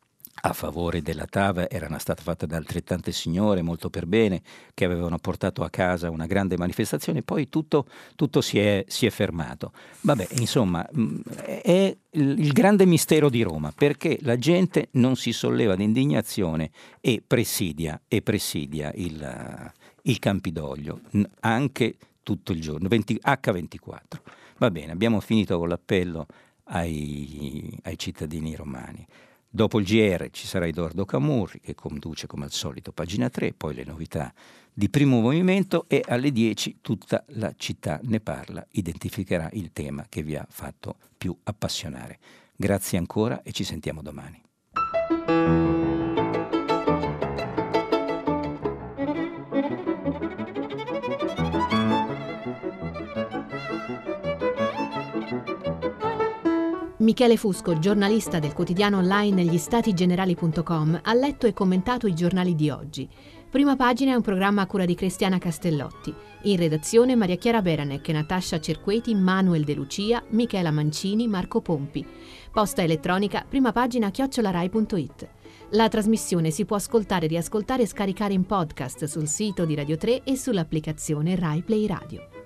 a favore della T A V era stata fatta da altrettante signore, molto per bene, che avevano portato a casa una grande manifestazione. Poi tutto, tutto si, è, si è fermato. Vabbè, insomma, è il, il grande mistero di Roma, perché la gente non si solleva di indignazione e presidia, e presidia il, il Campidoglio, anche tutto il giorno, venti acca ventiquattro. Va bene, abbiamo finito con l'appello ai, ai cittadini romani. Dopo il G R ci sarà Edoardo Camurri che conduce come al solito Pagina tre, poi le novità di Primo Movimento e alle dieci tutta la città ne parla, identificherà il tema che vi ha fatto più appassionare. Grazie ancora e ci sentiamo domani. Michele Fusco, giornalista del quotidiano online gli stati generali punto com, ha letto e commentato i giornali di oggi. Prima Pagina è un programma a cura di Cristiana Castellotti. In redazione Maria Chiara Beranec, Natascia Cerqueti, Manuel De Lucia, Michela Mancini, Marco Pompi. Posta elettronica primapagina chiocciola rai punto it. La trasmissione si può ascoltare, riascoltare e scaricare in podcast sul sito di Radio tre e sull'applicazione Rai Play Radio.